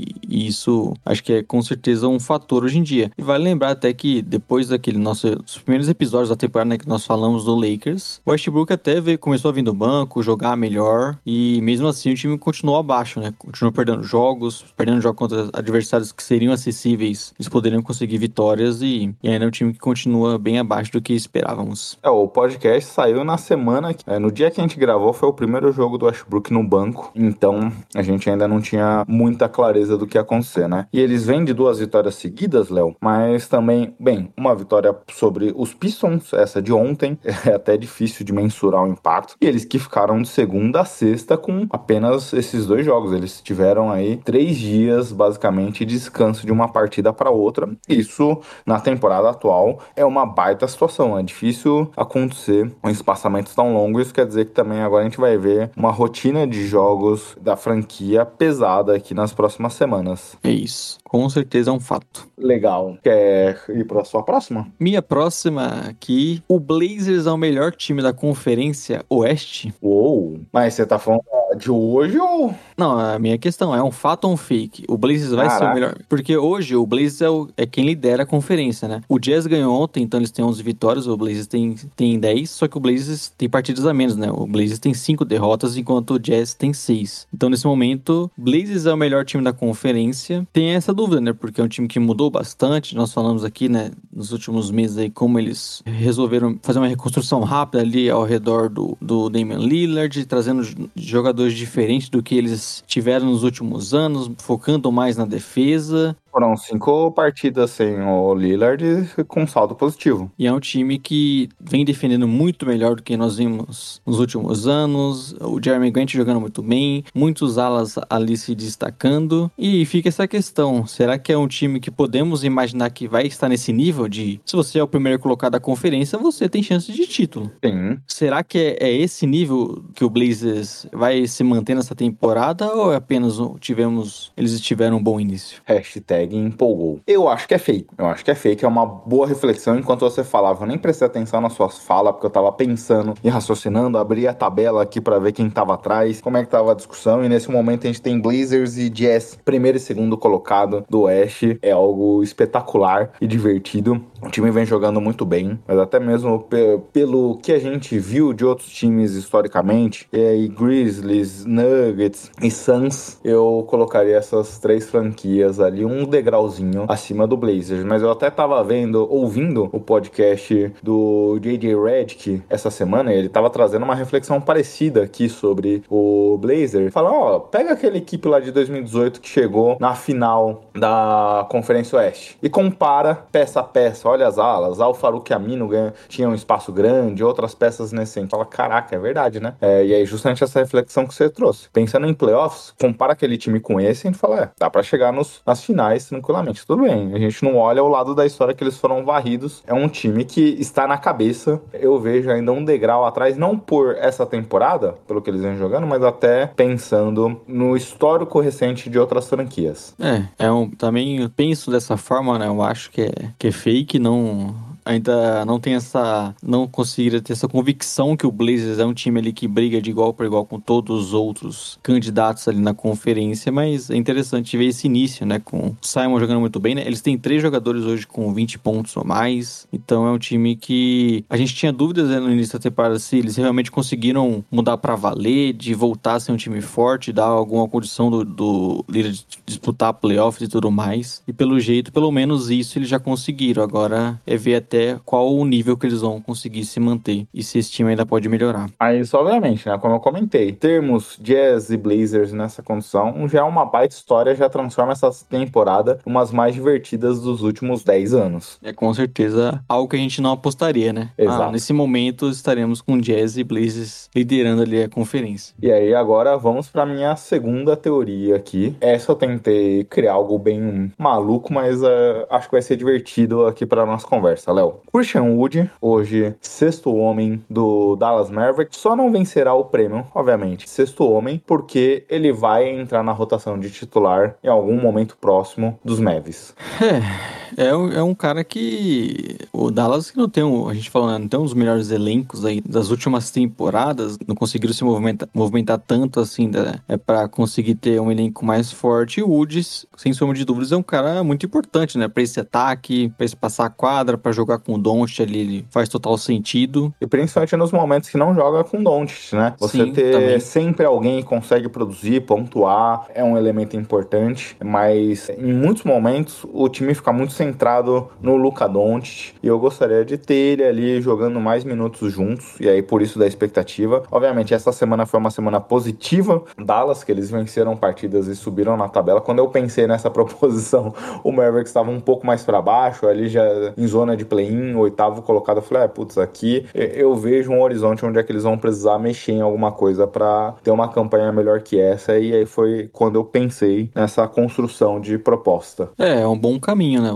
e isso acho que é com certeza um fator hoje em dia. E vale lembrar até que depois dos primeiros episódios da temporada, né, que nós falamos do Lakers, o Westbrook até começou a vir do banco, jogar melhor, e mesmo assim o time continuou abaixo, né? Continuou perdendo jogos contra adversários que seriam acessíveis, eles poderiam conseguir vitórias, e ainda é um time que continua bem abaixo do que esperávamos. O podcast saiu na semana, no dia que a gente gravou foi o primeiro jogo do Westbrook no banco, então a gente ainda não tinha muita clareza do que ia acontecer, né? E eles vêm de 2 vitórias seguidas, Léo, mas também, uma vitória sobre os Pistons, essa de ontem, é até difícil de mensurar o impacto, e eles que ficaram de segunda a sexta com apenas esses 2 jogos, eles tiveram aí 3 dias, basicamente, de descanso de uma partida para outra. Isso, na temporada atual, é uma baita situação, é difícil acontecer um espaçamento tão longo, isso quer dizer que também agora a gente vai ver uma rotina de jogos da franquia pesada aqui nas próximas semanas. É isso, com certeza é um fato. Legal. Quer ir para a sua próxima? Minha próxima aqui, o Blazers é o melhor time da Conferência Oeste. Uou! Mas você tá falando de hoje ou... Não, a minha questão é um fato ou um fake? O Blazers vai ser o Caraca. melhor. Porque hoje o Blazers é quem lidera a conferência, né? O Jazz ganhou ontem, então eles têm 11 vitórias, o Blazers tem 10, só que o Blazers tem partidas a menos, né? O Blazers tem 5 derrotas, enquanto o Jazz tem 6. Então, nesse momento, o Blazers é o melhor time da conferência. Tem essa dúvida, né? Porque é um time que mudou bastante. Nós falamos aqui, né, nos últimos meses aí, como eles resolveram fazer uma reconstrução rápida ali ao redor do Damian Lillard, trazendo jogadores diferentes do que eles tiveram nos últimos anos, focando mais na defesa. Foram 5 partidas sem o Lillard com saldo positivo. E é um time que vem defendendo muito melhor do que nós vimos nos últimos anos. O Jeremy Grant jogando muito bem, muitos alas ali se destacando. E fica essa questão, será que é um time que podemos imaginar que vai estar nesse nível de, se você é o primeiro colocado da conferência, você tem chance de título? Sim. Será que é esse nível que o Blazers vai se manter nessa temporada ou é apenas eles tiveram um bom início? Hashtag empolgou. Eu acho que é fake. É uma boa reflexão. Enquanto você falava, eu nem prestei atenção nas suas falas, porque eu tava pensando e raciocinando, abri a tabela aqui pra ver quem tava atrás, como é que tava a discussão, e nesse momento a gente tem Blazers e Jazz, primeiro e segundo colocado do Oeste. É algo espetacular e divertido. O time vem jogando muito bem, mas até mesmo pelo que a gente viu de outros times historicamente, e aí Grizzlies, Nuggets e Suns, eu colocaria essas 3 franquias ali, um degrauzinho acima do Blazers. Mas eu até tava ouvindo o podcast do J.J. Redick essa semana, e ele tava trazendo uma reflexão parecida aqui sobre o Blazers. Fala, pega aquela equipe lá de 2018 que chegou na final da Conferência Oeste e compara peça a peça. Olha as alas, o Farouq Aminu tinha um espaço grande, outras peças nesse sentido. Fala, caraca, é verdade, né? E aí justamente essa reflexão que você trouxe. Pensando em playoffs, compara aquele time com esse e a gente fala, dá pra chegar nas finais tranquilamente. Tudo bem, a gente não olha o lado da história que eles foram varridos. É um time que está na cabeça. Eu vejo ainda um degrau atrás, não por essa temporada, pelo que eles vêm jogando, mas até pensando no histórico recente de outras franquias. Também penso dessa forma, né? Eu acho que é fake, ainda não conseguiria ter essa convicção que o Blazers é um time ali que briga de igual para igual com todos os outros candidatos ali na conferência, mas é interessante ver esse início, né, com o Simon jogando muito bem, né, eles têm 3 jogadores hoje com 20 pontos ou mais, então é um time que a gente tinha dúvidas, né, no início da temporada se eles realmente conseguiram mudar para valer, de voltar a ser um time forte, dar alguma condição do líder de disputar playoffs e tudo mais, e pelo jeito, pelo menos isso eles já conseguiram, agora é ver até qual o nível que eles vão conseguir se manter e se esse time ainda pode melhorar. Aí, obviamente, né, como eu comentei, termos Jazz e Blazers nessa condição já é uma baita história, já transforma essa temporada em umas mais divertidas dos últimos 10 anos. É com certeza algo que a gente não apostaria, né? Exato. Nesse momento estaremos com Jazz e Blazers liderando ali a conferência. E aí agora vamos para minha segunda teoria aqui. Essa eu tentei criar algo bem maluco, mas acho que vai ser divertido aqui para nossa conversa, Léo. Christian Wood, hoje sexto homem do Dallas Mavericks, só não vencerá o prêmio, obviamente, sexto homem, porque ele vai entrar na rotação de titular em algum momento próximo dos Mavs. É um cara que o Dallas que não tem, a gente falou, né, não tem um dos melhores elencos aí das últimas temporadas, não conseguiram se movimentar tanto assim, para conseguir ter um elenco mais forte. E o Woods, sem sombra de dúvidas, é um cara muito importante, né, para esse ataque, para esse passar a quadra, para jogar com o Doncic ali, ele faz total sentido. E principalmente nos momentos que não joga com o Doncic, né? Você Sim, ter também. sempre alguém que consegue produzir, pontuar, é um elemento importante, mas em muitos momentos o time fica muito centrado no Luka Doncic, e eu gostaria de ter ele ali jogando mais minutos juntos, e aí por isso da expectativa. Obviamente essa semana foi uma semana positiva, Dallas, que eles venceram partidas e subiram na tabela. Quando eu pensei nessa proposição, o Mavericks estava um pouco mais para baixo, ali já em zona de play-in, 8º colocado. Eu falei, putz, aqui eu vejo um horizonte onde é que eles vão precisar mexer em alguma coisa para ter uma campanha melhor que essa, e aí foi quando eu pensei nessa construção de proposta. É um bom caminho, né?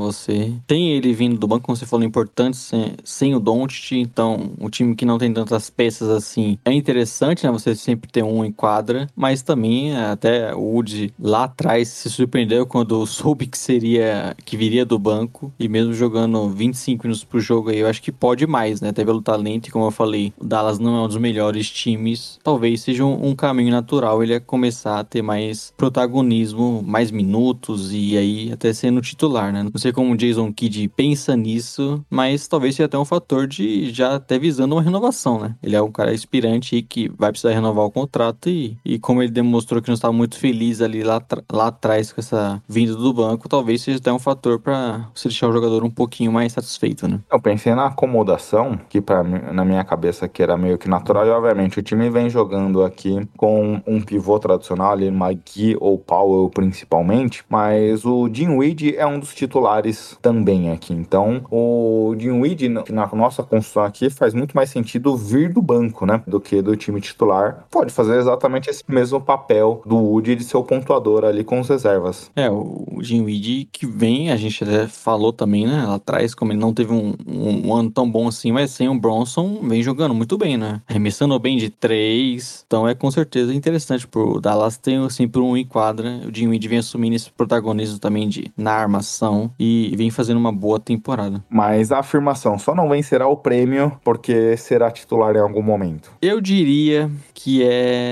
você. Tem ele vindo do banco, como você falou, importante, sem o Doncic, então um time que não tem tantas peças assim é interessante, né? Você sempre ter um em quadra, mas também até o Wood lá atrás se surpreendeu quando soube que viria do banco, e mesmo jogando 25 minutos por jogo aí, eu acho que pode mais, né? Até pelo talento, e como eu falei, o Dallas não é um dos melhores times, talvez seja um caminho natural ele começar a ter mais protagonismo, mais minutos, e aí até sendo titular, né? Não sei como o Jason Kidd pensa nisso, mas talvez seja até um fator de já até visando uma renovação, né? Ele é um cara aspirante aí que vai precisar renovar o contrato, e como ele demonstrou que não estava muito feliz ali lá atrás com essa vinda do banco, talvez seja até um fator para você deixar o jogador um pouquinho mais satisfeito, né? Eu pensei na acomodação, que na minha cabeça que era meio que natural, e obviamente o time vem jogando aqui com um pivô tradicional ali, McGee ou Powell principalmente, mas o Dinwiddie é um dos titulares também aqui, então o Dinwiddie na nossa construção aqui faz muito mais sentido vir do banco, né, do que do time titular. Pode fazer exatamente esse mesmo papel do Wood de ser o pontuador ali com as reservas. O Dinwiddie que vem, a gente até falou também, né, lá atrás, como ele não teve um ano tão bom assim, mas sem o Bronson, vem jogando muito bem, né, arremessando bem de 3, então é com certeza interessante pro Dallas ter sempre um em quadra. O Dinwiddie vem assumindo esse protagonismo também na armação e vem fazendo uma boa temporada. Mas a afirmação só não vencerá o prêmio porque será titular em algum momento. Eu diria que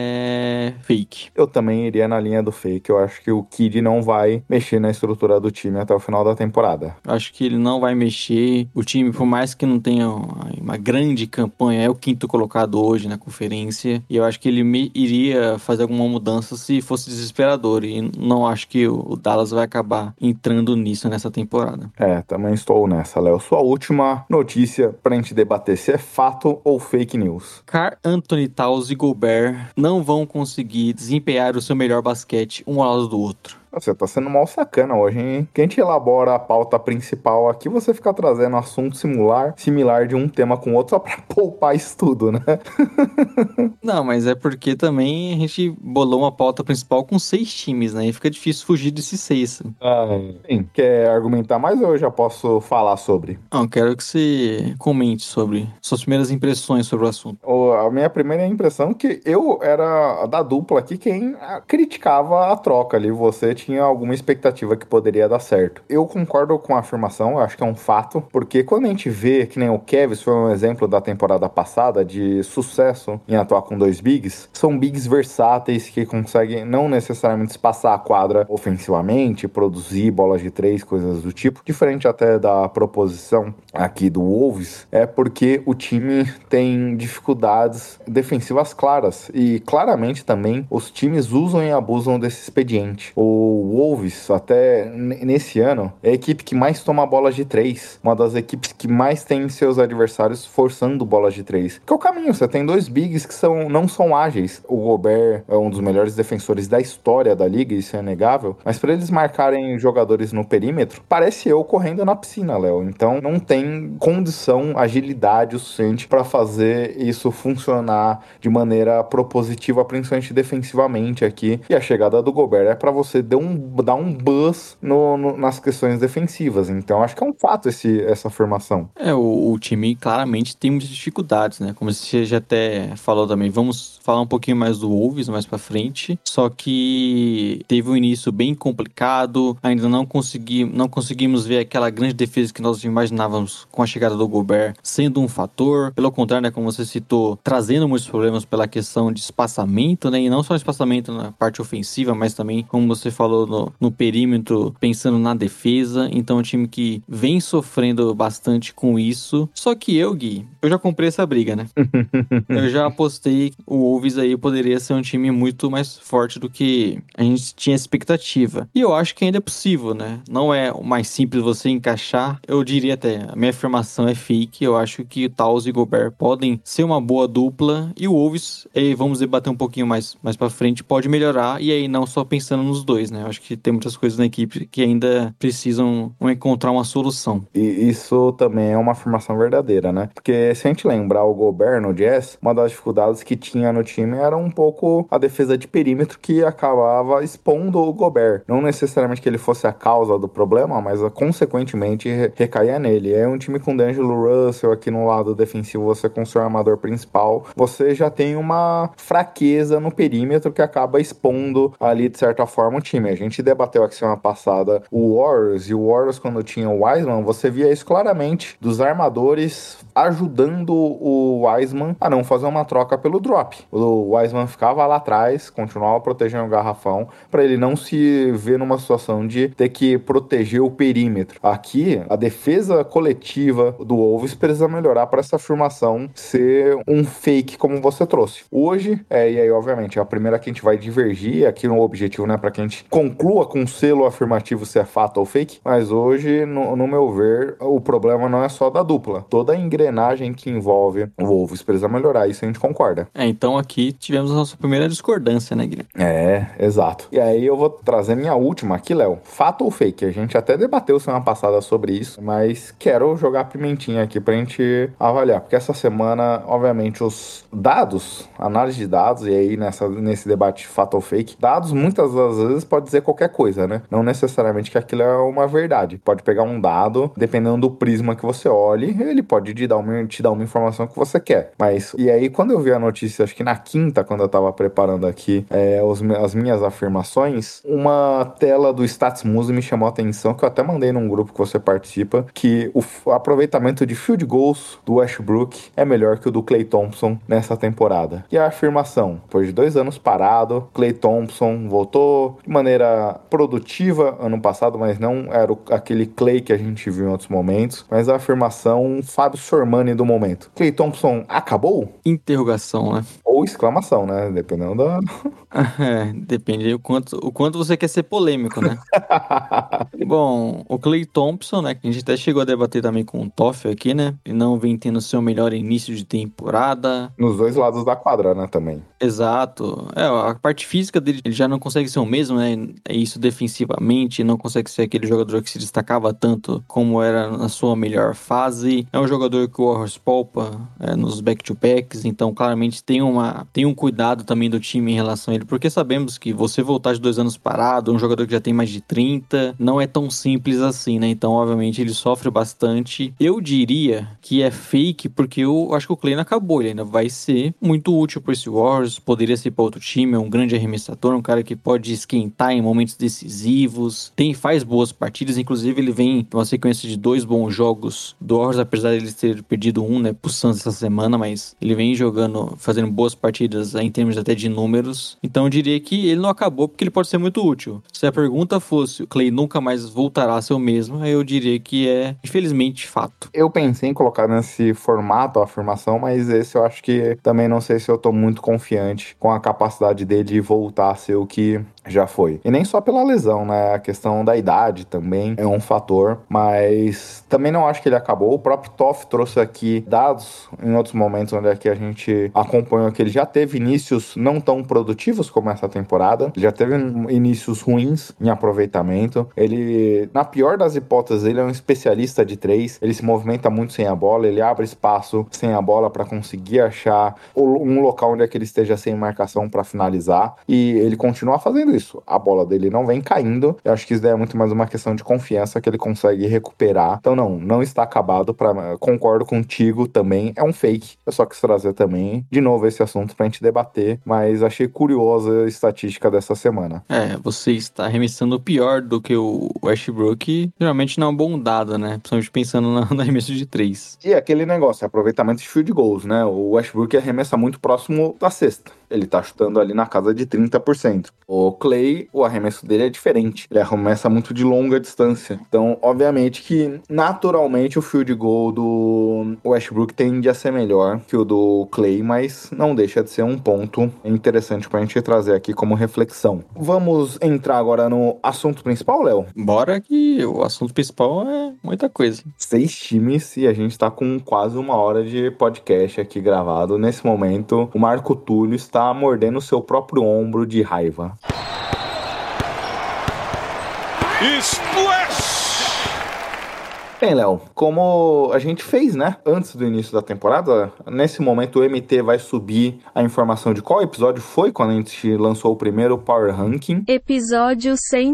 é fake. Eu também iria na linha do fake. Eu acho que o Kidd não vai mexer na estrutura do time até o final da temporada. Acho que ele não vai mexer. O time, por mais que não tenha uma grande campanha, é o quinto colocado hoje na conferência. E eu acho que ele iria fazer alguma mudança se fosse desesperador. E não acho que o Dallas vai acabar entrando nisso nessa temporada. Também estou nessa, Léo. Sua última notícia pra gente debater se é fato ou fake news. Karl-Anthony Towns e Gobert não vão conseguir desempenhar o seu melhor basquete um ao lado do outro. Você tá sendo mal sacana hoje, hein? Quem te elabora a pauta principal aqui, você fica trazendo assunto similar de um tema com outro só pra poupar isso tudo, né? Não, mas é porque também a gente bolou uma pauta principal com 6 times, né? E fica difícil fugir desses 6. Sim, quer argumentar mais ou eu já posso falar sobre? Não, quero que você comente sobre suas primeiras impressões sobre o assunto. A minha primeira impressão é que eu era da dupla aqui quem criticava a troca ali. Você tinha alguma expectativa que poderia dar certo. Eu concordo com a afirmação, eu acho que é um fato, porque quando a gente vê que nem o Kevs foi um exemplo da temporada passada de sucesso em atuar com 2 bigs, são bigs versáteis que conseguem não necessariamente espaçar a quadra ofensivamente, produzir bolas de 3, coisas do tipo, diferente até da proposição aqui do Wolves, é porque o time tem dificuldades defensivas claras, e claramente também os times usam e abusam desse expediente. O Wolves, até nesse ano, é a equipe que mais toma bolas de 3, uma das equipes que mais tem seus adversários forçando bolas de 3, que é o caminho. Você tem 2 bigs que não são ágeis. O Gobert é um dos melhores defensores da história da liga, isso é inegável, mas para eles marcarem jogadores no perímetro, parece eu correndo na piscina, Léo. Então não tem condição, agilidade o suficiente para fazer isso funcionar de maneira propositiva, principalmente defensivamente aqui. E a chegada do Gobert é para você dar um buzz nas questões defensivas. Então acho que é um fato essa afirmação. O time claramente tem muitas dificuldades, né? Como você já até falou também, vamos falar um pouquinho mais do Wolves mais pra frente, só que teve um início bem complicado, ainda não conseguimos ver aquela grande defesa que nós imaginávamos com a chegada do Gobert sendo um fator. Pelo contrário, né, como você citou, trazendo muitos problemas pela questão de espaçamento, né? E não só espaçamento na parte ofensiva, mas também, como você falou, no perímetro, pensando na defesa. Então é um time que vem sofrendo bastante com isso. Só que Gui, eu já comprei essa briga, né? Eu já apostei que o Wolves aí poderia ser um time muito mais forte do que a gente tinha expectativa. E eu acho que ainda é possível, né? Não é o mais simples você encaixar. Eu diria até, a minha afirmação é fake. Eu acho que Towns e Gobert podem ser uma boa boa dupla, e o Wolves, vamos debater um pouquinho mais pra frente, pode melhorar, e aí não só pensando nos dois, né? Eu acho que tem muitas coisas na equipe que ainda precisam encontrar uma solução. E isso também é uma afirmação verdadeira, né? Porque se a gente lembrar o Gobert no Jazz, uma das dificuldades que tinha no time era um pouco a defesa de perímetro que acabava expondo o Gobert. Não necessariamente que ele fosse a causa do problema, mas consequentemente recaía nele. É um time com D'Angelo Russell aqui no lado defensivo, você com seu armador principal, você já tem uma fraqueza no perímetro que acaba expondo ali, de certa forma, o time. A gente debateu aqui semana passada o Warriors, e o Warriors, quando tinha o Wiseman, você via isso claramente dos armadores ajudando o Wiseman a não fazer uma troca pelo drop. O Wiseman ficava lá atrás, continuava protegendo o garrafão, para ele não se ver numa situação de ter que proteger o perímetro. Aqui, a defesa coletiva do Wolves precisa melhorar para essa afirmação ser um fake como você trouxe. Hoje, e aí obviamente é a primeira que a gente vai divergir aqui no objetivo, né, para que a gente conclua com um selo afirmativo se é fato ou fake, mas hoje, no meu ver, o problema não é só da dupla. Toda a engrenagem que envolve o Wolves precisa melhorar, isso a gente concorda. Então aqui tivemos a nossa primeira discordância, né, Guilherme? Exato. E aí eu vou trazer minha última aqui, Léo. Fato ou fake? A gente até debateu semana passada sobre isso, mas quero jogar a pimentinha aqui pra gente avaliar, porque essa semana, obviamente, os dados, análise de dados, e aí nesse debate fato ou fake, dados muitas das vezes pode dizer qualquer coisa, né? Não necessariamente que aquilo é uma verdade. Pode pegar um dado, dependendo do prisma que você olhe, ele pode te dar uma informação que você quer. Mas, e aí quando eu vi a notícia, acho que na quinta, quando eu tava preparando aqui as minhas afirmações, uma tela do StatsMuse me chamou a atenção, que eu até mandei num grupo que você participa, que o aproveitamento de field goals do Westbrook é melhor que o do Klay Thompson nessa temporada. E a afirmação, depois de 2 anos parado, Klay Thompson voltou de maneira produtiva ano passado, mas não era aquele Klay que a gente viu em outros momentos, mas a afirmação Fábio Sormani do momento. Klay Thompson acabou? Interrogação, né? Ou exclamação, né? Dependendo da... Depende o quanto você quer ser polêmico, né? Bom, o Klay Thompson, né, que a gente até chegou a debater também com o Toffel aqui, né? Ele não vem tendo seu melhor início de temporada. Nos dois lados da quadra, né, também. Exato. A parte física dele, ele já não consegue ser o mesmo, né? É isso defensivamente, não consegue ser aquele jogador que se destacava tanto como era na sua melhor fase. É um jogador que o Warriors poupa nos back-to-backs, então claramente tem um cuidado também do time em relação a ele, porque sabemos que você voltar de 2 anos parado, um jogador que já tem mais de 30, não é tão simples assim, né? Então, obviamente, ele sofre bastante. Eu diria que é fake, porque eu acho que o Klay não acabou, ele ainda vai ser muito útil para esse Warriors, poderia ser para outro time, é um grande arremessador, um cara que pode esquentar em momentos decisivos, faz boas partidas, inclusive ele vem de uma sequência de 2 bons jogos do Warriors, apesar de ele ter perdido um, né, pro Suns essa semana, mas ele vem fazendo boas partidas em termos até de números. Então eu diria que ele não acabou porque ele pode ser muito útil. Se a pergunta fosse o Klay nunca mais voltará a ser o mesmo, eu diria que é, infelizmente, fato. Eu pensei em colocar nesse formato a afirmação, mas esse eu acho que também não sei se eu tô muito confiante com a capacidade dele de voltar a ser o que já foi. E nem só pela lesão, né? A questão da idade também é um fator, mas também não acho que ele acabou. O próprio Toff trouxe aqui dados em outros momentos onde aqui a gente acompanhou que ele já teve inícios não tão produtivos como essa temporada, ele já teve inícios ruins em aproveitamento. Ele, na pior das hipóteses, ele é um especialista de 3, ele se movimenta muito sem a bola, ele abre espaço sem a bola para conseguir achar um local onde é que ele esteja sem marcação para finalizar, e ele continua fazendo isso. A bola dele não vem caindo. Eu acho que isso daí é muito mais uma questão de confiança que ele consegue recuperar. Então não está acabado. Concordo contigo também. É um fake. Eu só quis trazer também, de novo, esse assunto pra gente debater, mas achei curiosa a estatística dessa semana. Você está arremessando pior do que o Westbrook, geralmente não é um bom dado, né? Principalmente pensando no arremesso de 3. E aquele negócio, aproveitamento de field goals, né? O Westbrook arremessa muito próximo da cesta. Ele tá chutando ali na casa de 30%. O Clay, o arremesso dele é diferente. Ele arremessa muito de longa distância. Então, obviamente que, naturalmente, o field goal do Westbrook tende a ser melhor que o do Clay, mas não deixa de ser um ponto interessante pra gente trazer aqui como reflexão. Vamos entrar agora no assunto principal, Léo? Bora que o assunto principal é muita coisa. 6 times e a gente tá com quase 1 hora de podcast aqui gravado. Nesse momento, o Marco Túlio está mordendo o seu próprio ombro de raiva. Splash! Bem, Léo, como a gente fez, né, antes do início da temporada, nesse momento o MT vai subir a informação de qual episódio foi quando a gente lançou o primeiro Power Ranking. Episódio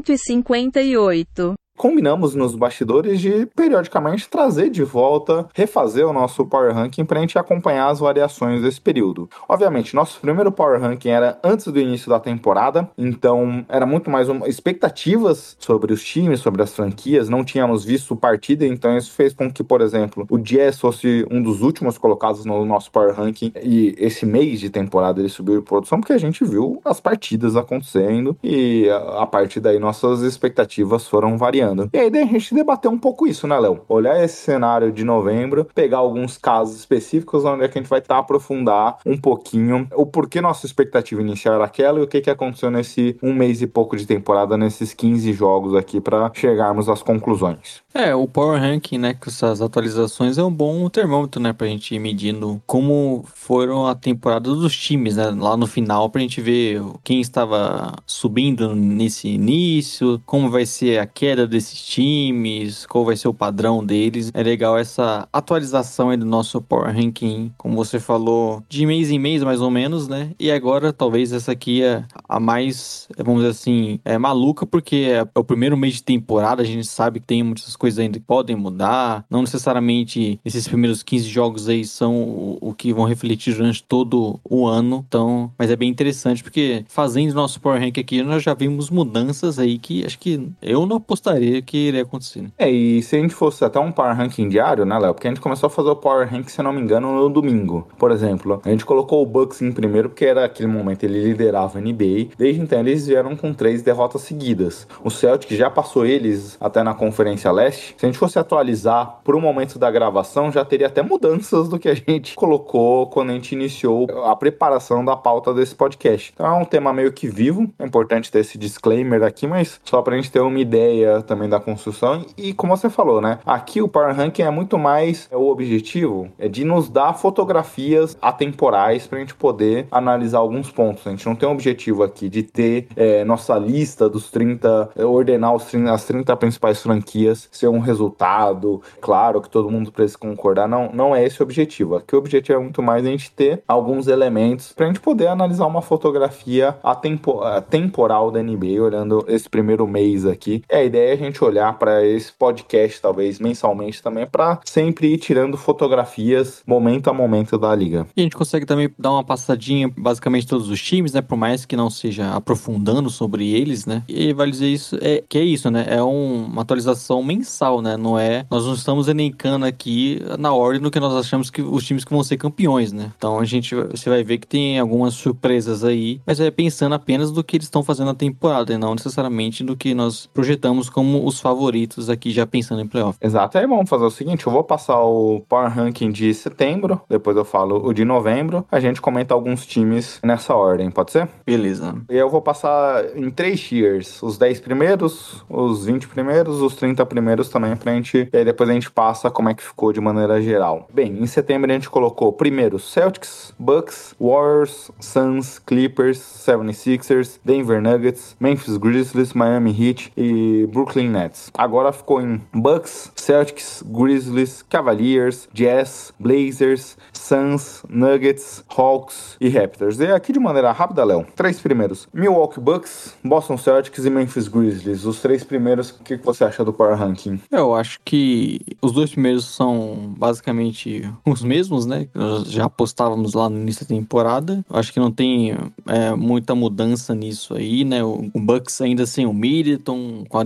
158. Combinamos nos bastidores de, periodicamente, trazer de volta, refazer o nosso Power Ranking para a gente acompanhar as variações desse período. Obviamente, nosso primeiro Power Ranking era antes do início da temporada, então era muito mais expectativas sobre os times, sobre as franquias, não tínhamos visto partida, então isso fez com que, por exemplo, o Jazz fosse um dos últimos colocados no nosso Power Ranking e esse mês de temporada ele subiu de produção porque a gente viu as partidas acontecendo e a partir daí nossas expectativas foram variando. E aí a gente debateu um pouco isso, né, Léo? Olhar esse cenário de novembro, pegar alguns casos específicos onde é que a gente vai aprofundar um pouquinho o porquê nossa expectativa inicial era aquela e o que aconteceu nesse 1 mês e pouco de temporada, nesses 15 jogos aqui, para chegarmos às conclusões. O Power Ranking, né, com essas atualizações é um bom termômetro, né, pra gente ir medindo como foram a temporada dos times, né, lá no final, pra gente ver quem estava subindo nesse início, como vai ser a queda desses times, qual vai ser o padrão deles. É legal essa atualização aí do nosso Power Ranking, como você falou, de mês em mês, mais ou menos, né, e agora talvez essa aqui é a mais, vamos dizer assim, maluca, porque é o primeiro mês de temporada, a gente sabe que tem muitas coisas ainda que podem mudar, não necessariamente esses primeiros 15 jogos aí são o que vão refletir durante todo o ano, então, mas é bem interessante porque fazendo nosso Power Rank aqui, nós já vimos mudanças aí que acho que eu não apostaria que iria acontecer. E se a gente fosse até um Power Ranking diário, né, Léo? Porque a gente começou a fazer o Power Rank, se não me engano, no domingo. Por exemplo, a gente colocou o Bucks em primeiro porque era aquele momento ele liderava a NBA, desde então eles vieram com 3 derrotas seguidas. O Celtic já passou eles até na Conferência Leste. Se a gente fosse atualizar pro momento da gravação, já teria até mudanças do que a gente colocou quando a gente iniciou a preparação da pauta desse podcast. Então é um tema meio que vivo, é importante ter esse disclaimer aqui, mas só pra gente ter uma ideia também da construção. E como você falou, né? Aqui o Power Ranking é muito mais o objetivo é de nos dar fotografias atemporais pra gente poder analisar alguns pontos. A gente não tem um objetivo aqui de ter nossa lista dos 30, ordenar as 30 principais franquias, ser um resultado, claro que todo mundo precisa concordar, não é esse o objetivo. Aqui o objetivo é muito mais a gente ter alguns elementos pra gente poder analisar uma fotografia temporal da NBA, olhando esse primeiro mês aqui. E a ideia é a gente olhar para esse podcast, talvez mensalmente também, para sempre ir tirando fotografias momento a momento da liga. E a gente consegue também dar uma passadinha basicamente todos os times, né, por mais que não seja aprofundando sobre eles, né, e vale dizer isso, que é isso, né, é uma atualização mensal, né? Nós não estamos elencando aqui na ordem do que nós achamos que os times que vão ser campeões, né? Então você vai ver que tem algumas surpresas aí, mas é pensando apenas do que eles estão fazendo na temporada e não necessariamente do que nós projetamos como os favoritos aqui, já pensando em playoff. Exato, aí vamos fazer o seguinte, eu vou passar o Power Ranking de setembro, depois eu falo o de novembro, a gente comenta alguns times nessa ordem, pode ser? Beleza. E eu vou passar em 3 tiers, os 10 primeiros, os 20 primeiros, os 30 primeiros também pra gente, e aí depois a gente passa como é que ficou de maneira geral. Bem, em setembro a gente colocou primeiro Celtics, Bucks, Warriors, Suns, Clippers, 76ers, Denver Nuggets, Memphis Grizzlies, Miami Heat e Brooklyn Nets. Agora ficou em Bucks, Celtics, Grizzlies, Cavaliers, Jazz, Blazers, Suns, Nuggets, Hawks e Raptors. E aqui de maneira rápida, Léo, 3 primeiros, Milwaukee Bucks, Boston Celtics e Memphis Grizzlies. Os 3 primeiros, o que você acha do Power Ranking? Eu acho que os 2 primeiros são basicamente os mesmos, né? Nós já apostávamos lá no início da temporada. Eu acho que não tem muita mudança nisso aí, né? O Bucks ainda sem o Middleton, com a defesa muito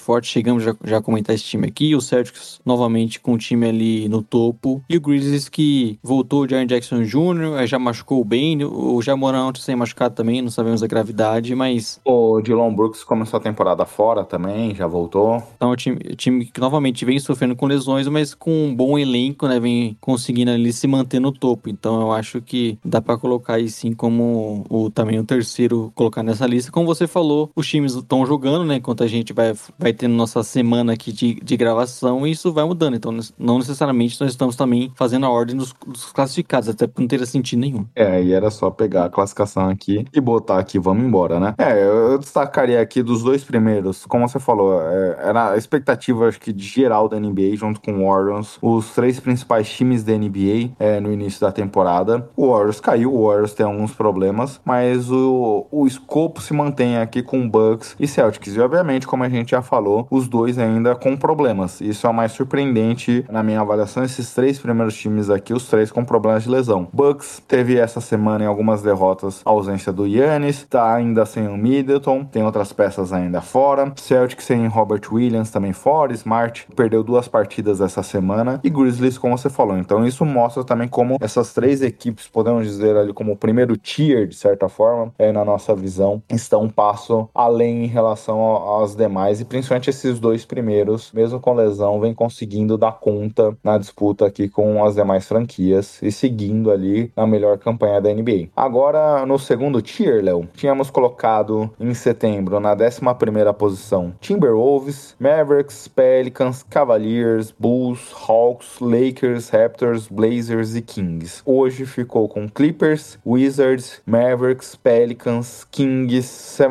forte, chegamos já a comentar esse time aqui, o Celtics novamente com o time ali no topo, e o Grizzlies que voltou o Jaren Jackson Jr., já machucou bem, o Jamoran ontem sem machucado também, não sabemos a gravidade, mas... O Dillon Brooks começou a temporada fora também, já voltou. Então o time que novamente vem sofrendo com lesões, mas com um bom elenco, né, vem conseguindo ali se manter no topo, então eu acho que dá pra colocar aí sim como também o terceiro colocar nessa lista. Como você falou, os times estão jogando, né, enquanto a gente vai tendo nossa semana aqui de gravação, e isso vai mudando, então não necessariamente nós estamos também fazendo a ordem dos classificados, até porque não teria sentido nenhum. E era só pegar a classificação aqui e botar aqui, vamos embora, né? Eu destacaria aqui dos dois primeiros, como você falou, era a expectativa, acho que de geral da NBA, junto com o Warriors, os três principais times da NBA no início da temporada. O Warriors caiu, o Warriors tem alguns problemas, mas o escopo se mantém aqui com Bucks e Celtics, e obviamente, como a gente já falou, os dois ainda com problemas. Isso é o mais surpreendente na minha avaliação, esses três primeiros times aqui, os três com problemas de lesão. Bucks teve essa semana em algumas derrotas a ausência do Giannis, tá ainda sem o Middleton, tem outras peças ainda fora. Celtics sem Robert Williams também fora, Smart perdeu 2 partidas essa semana, e Grizzlies, como você falou. Então isso mostra também como essas três equipes, podemos dizer ali como o primeiro tier, de certa forma, na nossa visão, estão um passo além em relação às demais, e principalmente esses dois primeiros, mesmo com lesão, vem conseguindo dar conta na disputa aqui com as demais franquias e seguindo ali na melhor campanha da NBA. Agora, no segundo tier, Léo, tínhamos colocado em setembro, na 11ª posição, Timberwolves, Mavericks, Pelicans, Cavaliers, Bulls, Hawks, Lakers, Raptors, Blazers e Kings. Hoje ficou com Clippers, Wizards, Mavericks, Pelicans, Kings,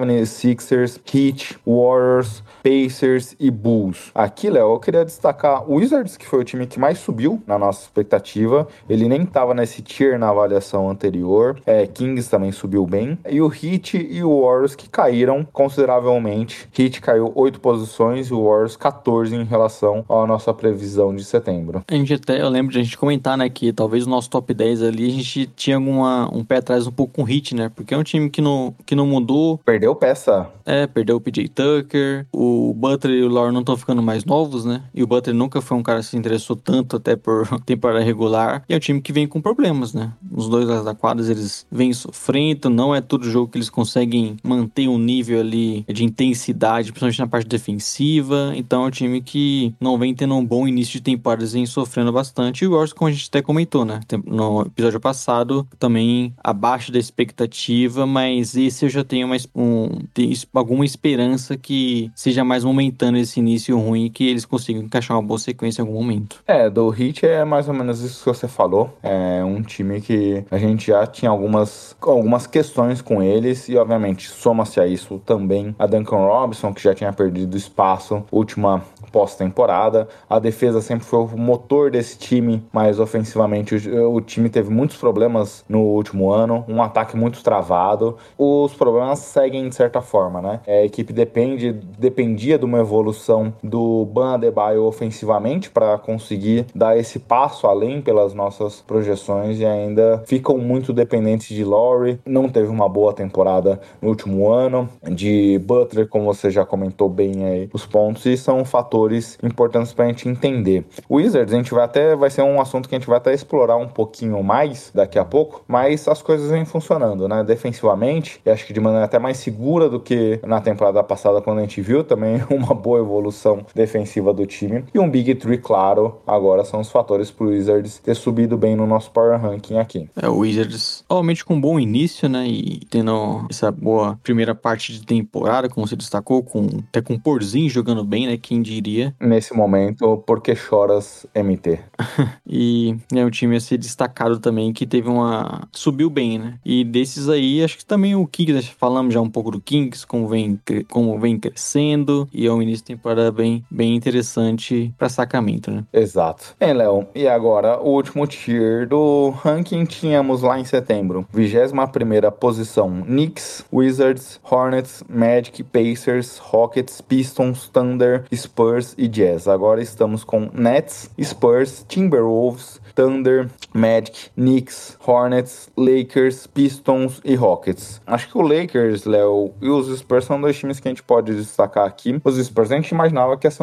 76ers, Heat, Warriors, Pacers e Bulls. Aqui, Léo, eu queria destacar o Wizards, que foi o time que mais subiu na nossa expectativa. Ele nem estava nesse tier na avaliação anterior. Kings também subiu bem. E o Heat e o Warriors que caíram consideravelmente. Heat caiu 8 posições e o Warriors 14 em relação à nossa previsão de setembro. Eu lembro de a gente comentar, né, que talvez o nosso top 10 ali a gente tinha um pé atrás um pouco com o Heat, né? Porque é um time que não mudou. Perdeu peça. Perdeu o PJ Tucker, o Butler e o Lowry não estão ficando mais novos, né? E o Butler nunca foi um cara que se interessou tanto até por temporada regular. E é um time que vem com problemas, né? Os dois lados da quadra, eles vêm sofrendo, não é todo jogo que eles conseguem manter um nível ali de intensidade, principalmente na parte defensiva. Então é um time que não vem tendo um bom início de temporada, eles vem sofrendo bastante. E o Warriors, como a gente até comentou, né? No episódio passado, também abaixo da expectativa, mas esse eu já tenho alguma esperança que seja mais momentâneo esse início ruim e que eles consigam encaixar uma boa sequência em algum momento. Do Heat é mais ou menos isso que você falou. É um time que a gente já tinha algumas questões com eles, e obviamente soma-se a isso também a Duncan Robinson, que já tinha perdido espaço última pós-temporada. A defesa sempre foi o motor desse time, mas ofensivamente o time teve muitos problemas no último ano, um ataque muito travado. Os problemas seguem de certa forma, né? A equipe dependia de uma evolução do Bam Adebayo ofensivamente para conseguir dar esse passo além pelas nossas projeções, e ainda ficam muito dependentes de Lowry. Não teve uma boa temporada no último ano, de Butler, como você já comentou bem aí os pontos, e são fatores importantes para a gente entender. O Wizards, vai ser um assunto que a gente vai até explorar um pouquinho mais daqui a pouco, mas as coisas vêm funcionando, né? Defensivamente, e acho que de maneira até mais segura do que na temporada passada, quando a gente viu também uma boa evolução defensiva do time. E um Big Three, claro, agora são os fatores pro Wizards ter subido bem no nosso Power Ranking aqui. O Wizards, obviamente com um bom início, né? E tendo essa boa primeira parte de temporada, como você destacou, até com o Porzingis jogando bem, né? Quem diria? Nesse momento, porque choras, MT. E é um time a ser destacado também, que subiu bem, né? E desses aí, acho que também o Kings, falamos já um pouco do Kings, como vem crescendo, e é um início de temporada bem interessante para Sacramento, né? Exato. Léo, e agora o último tier do ranking tínhamos lá em setembro. 21ª posição, Knicks, Wizards, Hornets, Magic, Pacers, Rockets, Pistons, Thunder, Spurs e Jazz. Agora estamos com Nets, Spurs, Timberwolves, Thunder, Magic, Knicks, Hornets, Lakers, Pistons e Rockets. Acho que o Lakers, Léo, e os Spurs são dois times que a gente pode destacar aqui, aqui. Os Spurs, a gente imaginava que ia ser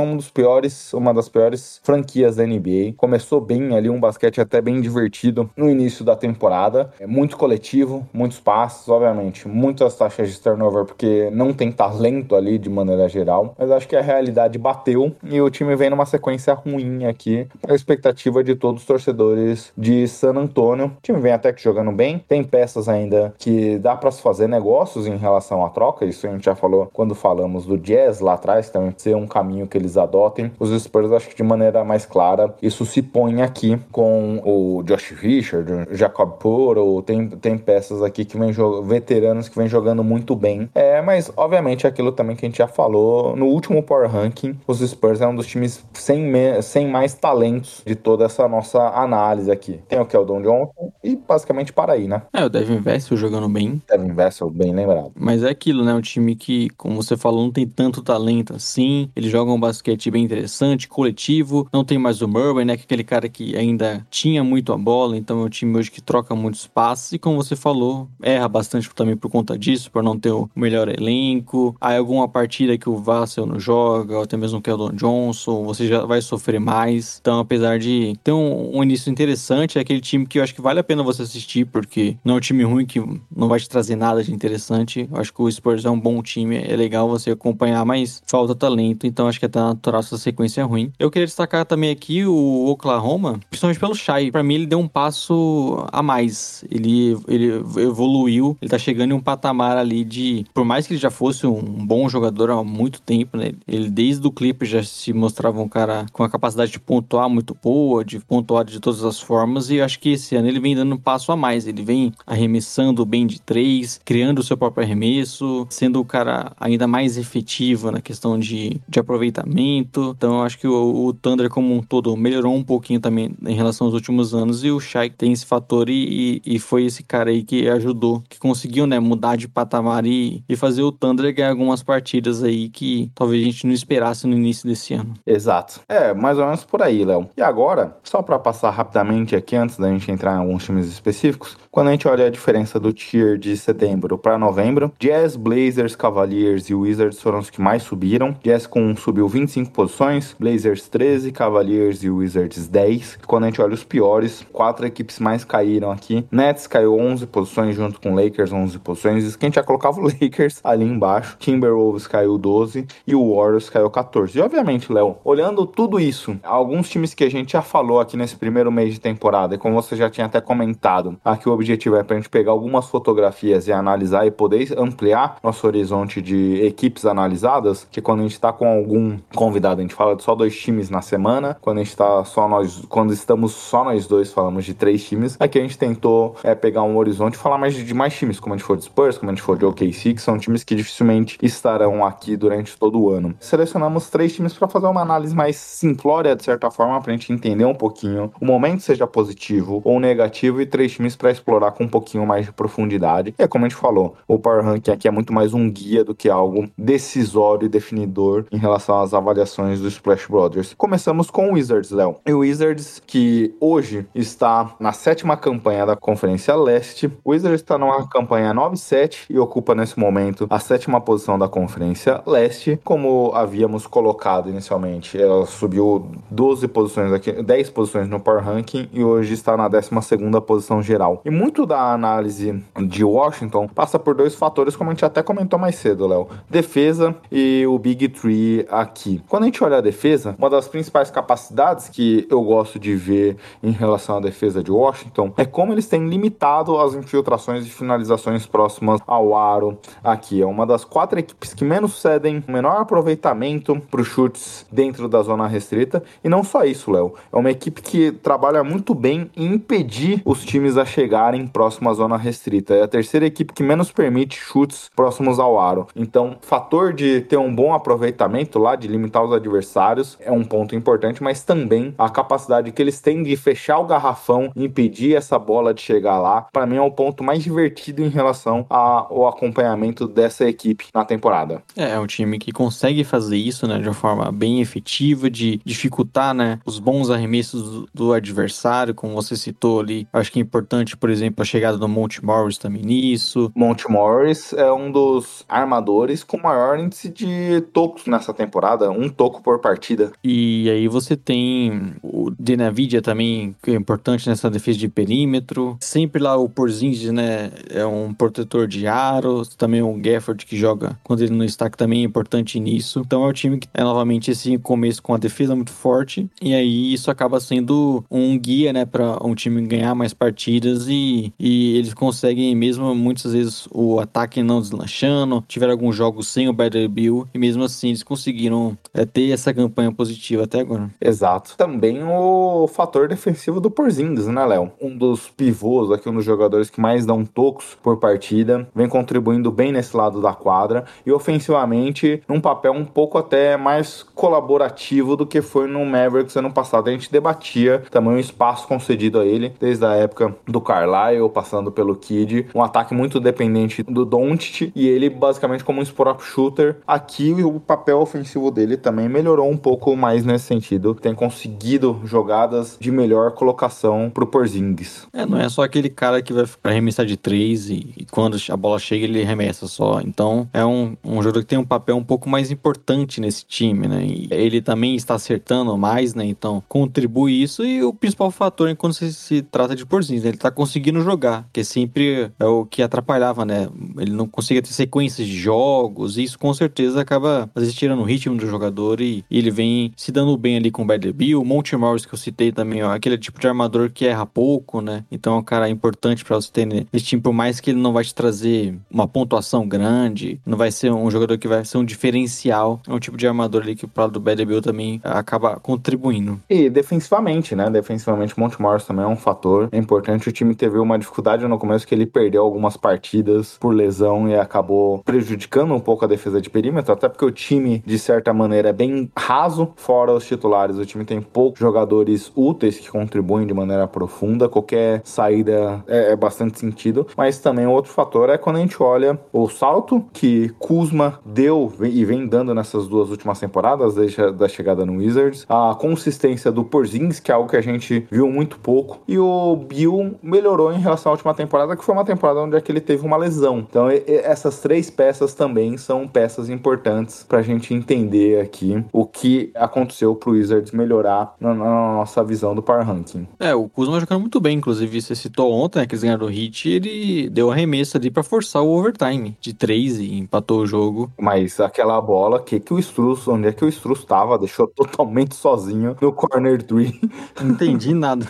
uma das piores franquias da NBA. Começou bem ali, um basquete até bem divertido no início da temporada. É muito coletivo, muitos passes, obviamente, muitas taxas de turnover, porque não tem talento ali de maneira geral. Mas acho que a realidade bateu e o time vem numa sequência ruim aqui, a expectativa de todos os torcedores de San Antonio. O time vem até que jogando bem, tem peças ainda que dá para se fazer negócios em relação à troca, isso a gente já falou quando falamos do Jazz lá atrás, também ser um caminho que eles adotem. Os Spurs, acho que de maneira mais clara, isso se põe aqui com o Josh Richard, o Jacob Poeltl, tem peças aqui que vem veteranos que vem jogando muito bem. Mas obviamente aquilo também que a gente já falou no último Power Ranking, os Spurs é um dos times sem mais talentos de toda essa nossa análise aqui. Tem o Keldon Johnson e basicamente para aí, né? O Devin Vassell jogando bem. Devin Vassell, bem lembrado. Mas é aquilo, né? Um time que, como você falou, não tem tanto talento assim. Eles jogam um basquete bem interessante, coletivo. Não tem mais o Murray, né? Que é aquele cara que ainda tinha muito a bola. Então é um time hoje que troca muitos passes. E como você falou, erra bastante também por conta disso, por não ter o melhor elenco. Aí alguma partida que o Vassell não joga, ou até mesmo o Keldon Johnson, você já vai sofrer mais. Então, apesar de ter um início interessante, é aquele time que eu acho que vale a pena você assistir, porque não é um time ruim que não vai te trazer nada de interessante. Eu acho que o Spurs é um bom time, é legal você acompanhar, mas falta talento, então acho que é até natural essa sequência ruim. Eu queria destacar também aqui o Oklahoma, principalmente pelo Shai. Pra mim, ele deu um passo a mais. Ele evoluiu, ele tá chegando em um patamar ali de... Por mais que ele já fosse um bom jogador há muito tempo, né? Ele desde o Clippers já se mostrava um cara com a capacidade de pontuar muito boa, de pontuar de todas as formas, e eu acho que esse ano ele vem dando um passo a mais. Ele vem arremessando bem de 3, criando o seu próprio arremesso, sendo o cara ainda mais efetivo na questão de aproveitamento. Então eu acho que o Thunder como um todo melhorou um pouquinho também em relação aos últimos anos, e o Shai tem esse fator e foi esse cara aí que ajudou, que conseguiu, né, mudar de patamar e fazer o Thunder ganhar algumas partidas aí que talvez a gente não esperasse no início desse ano. Exato. Mais ou menos por aí, Léo. E agora, só para passar rapidamente aqui, antes da gente entrar em alguns times específicos, quando a gente olha a diferença do tier de setembro para novembro, Jazz, Blazers, Cavaliers e Wizards foram os que mais subiram. Jazz subiu 25 posições, Blazers 13, Cavaliers e Wizards 10. Quando a gente olha os piores, 4 equipes mais caíram aqui. Nets caiu 11 posições junto com Lakers 11 posições. Isso que a gente já colocava o Lakers ali embaixo. Timberwolves caiu 12 e o Warriors caiu 14. E obviamente, Léo, olhando tudo isso, alguns times que a gente já falou aqui nesse primeiro mês de temporada, e como você já tinha até comentado, aqui o objetivo é pra gente pegar algumas fotografias e analisar e poder ampliar nosso horizonte de equipes analisadas, que quando a gente tá com algum convidado, a gente fala de só 2 times na semana, quando estamos só nós dois, falamos de 3 times. Aqui a gente tentou pegar um horizonte e falar mais de mais times, como a gente for de Spurs, como a gente for de OKC, que são times que dificilmente estarão aqui durante todo o ano. Selecionamos 3 times para fazer uma análise mais simplória, de certa forma, pra gente entender um pouquinho o momento, seja positivo ou negativo, e 3 times para explorar com um pouquinho mais de profundidade. E é como a gente falou, o Power Ranking aqui é muito mais um guia do que algo decisório e definidor em relação às avaliações do Splash Brothers. Começamos com o Wizards, Léo. E o Wizards, que hoje está na 7ª campanha da Conferência Leste. O Wizards está numa campanha 9-7 e ocupa nesse momento a 7ª posição da Conferência Leste. Como havíamos colocado inicialmente, ela subiu 12 posições aqui, 10 posições no Power Ranking e hoje está na 12ª posição geral. E muito da análise de Washington passa por 2 fatores, como a gente até comentou mais cedo, Léo. Defesa e o Big Three aqui. Quando a gente olha a defesa, uma das principais capacidades que eu gosto de ver em relação à defesa de Washington é como eles têm limitado as infiltrações e finalizações próximas ao aro aqui. É uma das 4 equipes que menos cedem, menor aproveitamento para os chutes dentro da zona restrita. E não só isso, Léo. É uma equipe que trabalha muito bem em impedir os times a chegarem próximo à zona restrita. É a 3ª equipe que menos permite chutes próximos ao aro. Então, o fator de ter um bom aproveitamento lá, de limitar os adversários, é um ponto importante, mas também a capacidade que eles têm de fechar o garrafão e impedir essa bola de chegar lá, para mim é o ponto mais divertido em relação ao acompanhamento dessa equipe na temporada. É um time que consegue fazer isso, né, de uma forma bem efetiva, de dificultar, né, os bons arremessos do adversário, como você citou ali. Acho que é importante, por exemplo, exemplo, a chegada do Monte Morris também nisso. Monte Morris é um dos armadores com maior índice de tocos nessa temporada, 1 toco por partida. E aí você tem o Denavidia também, que é importante nessa defesa de perímetro. Sempre lá o Porzingis, né, é um protetor de aros. Também o Gafford, que joga quando ele não está, que também é importante nisso. Então é um time que é novamente esse começo com a defesa muito forte. E aí isso acaba sendo um guia, né, para um time ganhar mais partidas. E eles conseguem mesmo, muitas vezes, o ataque não deslanchando. Tiveram alguns jogos sem o Bradley Beal. E mesmo assim eles conseguiram ter essa campanha positiva até agora. Exato. Também o fator defensivo do Porzingis, né, Léo? Um dos pivôs aqui, um dos jogadores que mais dão tocos por partida, vem contribuindo bem nesse lado da quadra e ofensivamente num papel um pouco até mais colaborativo do que foi no Mavericks ano passado. A gente debatia também o espaço concedido a ele, desde a época do Carlisle, passando pelo Kidd, um ataque muito dependente do Doncic e ele basicamente como um spot-up shooter. Aqui o papel ofensivo dele também melhorou um pouco mais nesse sentido, tem conseguido jogadas de melhor colocação pro Porzingis. Não é só aquele cara que vai arremessar de 3 e quando a bola chega ele arremessa só. Então é um jogador que tem um papel um pouco mais importante nesse time, né? E ele também está acertando mais, né? Então contribui isso e o principal fator é quando se trata de Porzingis, né? Ele tá conseguindo jogar, que sempre é o que atrapalhava, né? Ele não conseguia ter sequências de jogos e isso com certeza acaba às vezes tirando o ritmo do jogador e ele vem se dando bem ali com o Bradley Beal, o Monte Morris que eu citei também, ó, aquele tipo de armador que erra pouco, né? Então é um cara importante pra você ter nesse time, por mais que ele não vai te trazer uma pontuação grande, não vai ser um jogador que vai ser um diferencial, é um tipo de armador ali que o lado do Bradley Beal também acaba contribuindo. E defensivamente, né? Defensivamente o Monte Morris também é um fator importante. O time teve uma dificuldade no começo que ele perdeu algumas partidas por lesão e acabou prejudicando um pouco a defesa de perímetro, até porque o time, de certa maneira, é bem raso, fora os titulares. O time tem poucos jogadores úteis que contribuem de maneira profunda, qualquer saída é bastante sentido, mas também outro fator é quando a gente olha o salto que Kuzma deu e vem dando nessas 2 últimas temporadas, desde a chegada no Wizards, a consistência do Porzingis, que é algo que a gente viu muito pouco, e o Beal melhorou em relação à última temporada, que foi uma temporada onde é que ele teve uma lesão. Então essas 3 peças também são peças importantes pra gente entender aqui o que aconteceu pro Wizards melhorar na nossa visão do Power Ranking. O Kuzma jogando muito bem, inclusive você citou ontem, né, que eles ganharam o Heat, ele deu arremesso ali pra forçar o overtime de 3 e empatou o jogo. Mas aquela bola, onde é que o Strus tava? Deixou totalmente sozinho no corner 3. Não entendi nada.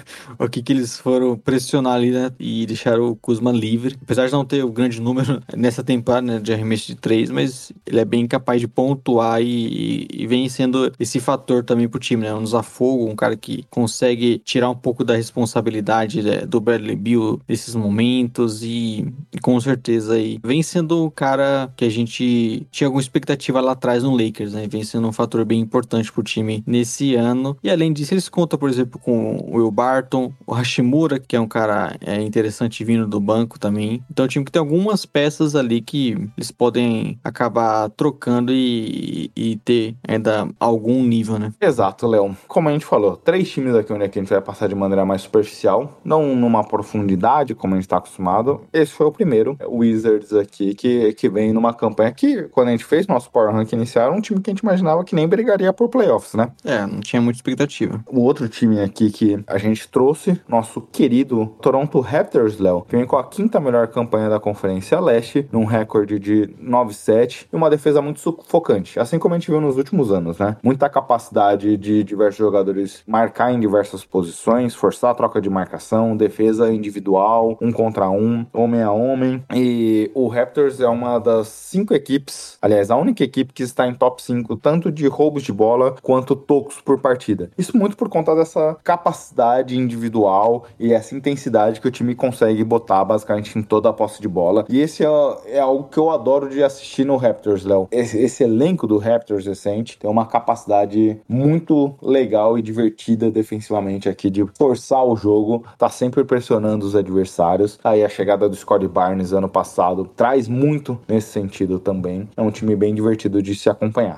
O que eles foram pressionar ali, né, e deixaram o Kuzma livre, apesar de não ter o grande número nessa temporada, né, de arremesso de 3, mas ele é bem capaz de pontuar e vem sendo esse fator também pro time, né, um desafogo, um cara que consegue tirar um pouco da responsabilidade, né, do Bradley Beal nesses momentos e com certeza aí vem sendo um cara que a gente tinha alguma expectativa lá atrás no Lakers, né, vem sendo um fator bem importante pro time nesse ano. E além disso eles contam, por exemplo, com o Will Barton, o Hashimura, que é um cara interessante vindo do banco também. Então é um time que tem algumas peças ali que eles podem acabar trocando e ter ainda algum nível, né? Exato, Léo. Como a gente falou, 3 times aqui onde a gente vai passar de maneira mais superficial, não numa profundidade como a gente tá acostumado. Esse foi o primeiro, o Wizards aqui, que vem numa campanha que, quando a gente fez nosso Power Rank inicial, era um time que a gente imaginava que nem brigaria por playoffs, né? Não tinha muita expectativa. O outro time aqui que a gente trouxe, nosso querido Toronto Raptors, Léo, que vem com a 5ª melhor campanha da Conferência Leste, num recorde de 9-7 e uma defesa muito sufocante, assim como a gente viu nos últimos anos, né? Muita capacidade de diversos jogadores marcar em diversas posições, forçar a troca de marcação, defesa individual, 1 contra 1, homem a homem. E o Raptors é uma das 5 equipes, aliás, a única equipe que está em top 5, tanto de roubos de bola quanto tocos por partida. Isso muito por conta dessa capacidade individual e essa intensidade que o time consegue botar basicamente em toda a posse de bola. E esse é algo que eu adoro de assistir no Raptors, Léo. Esse elenco do Raptors recente tem uma capacidade muito legal e divertida defensivamente aqui de forçar o jogo, tá sempre pressionando os adversários. Aí a chegada do Scottie Barnes ano passado traz muito nesse sentido também. É um time bem divertido de se acompanhar. Um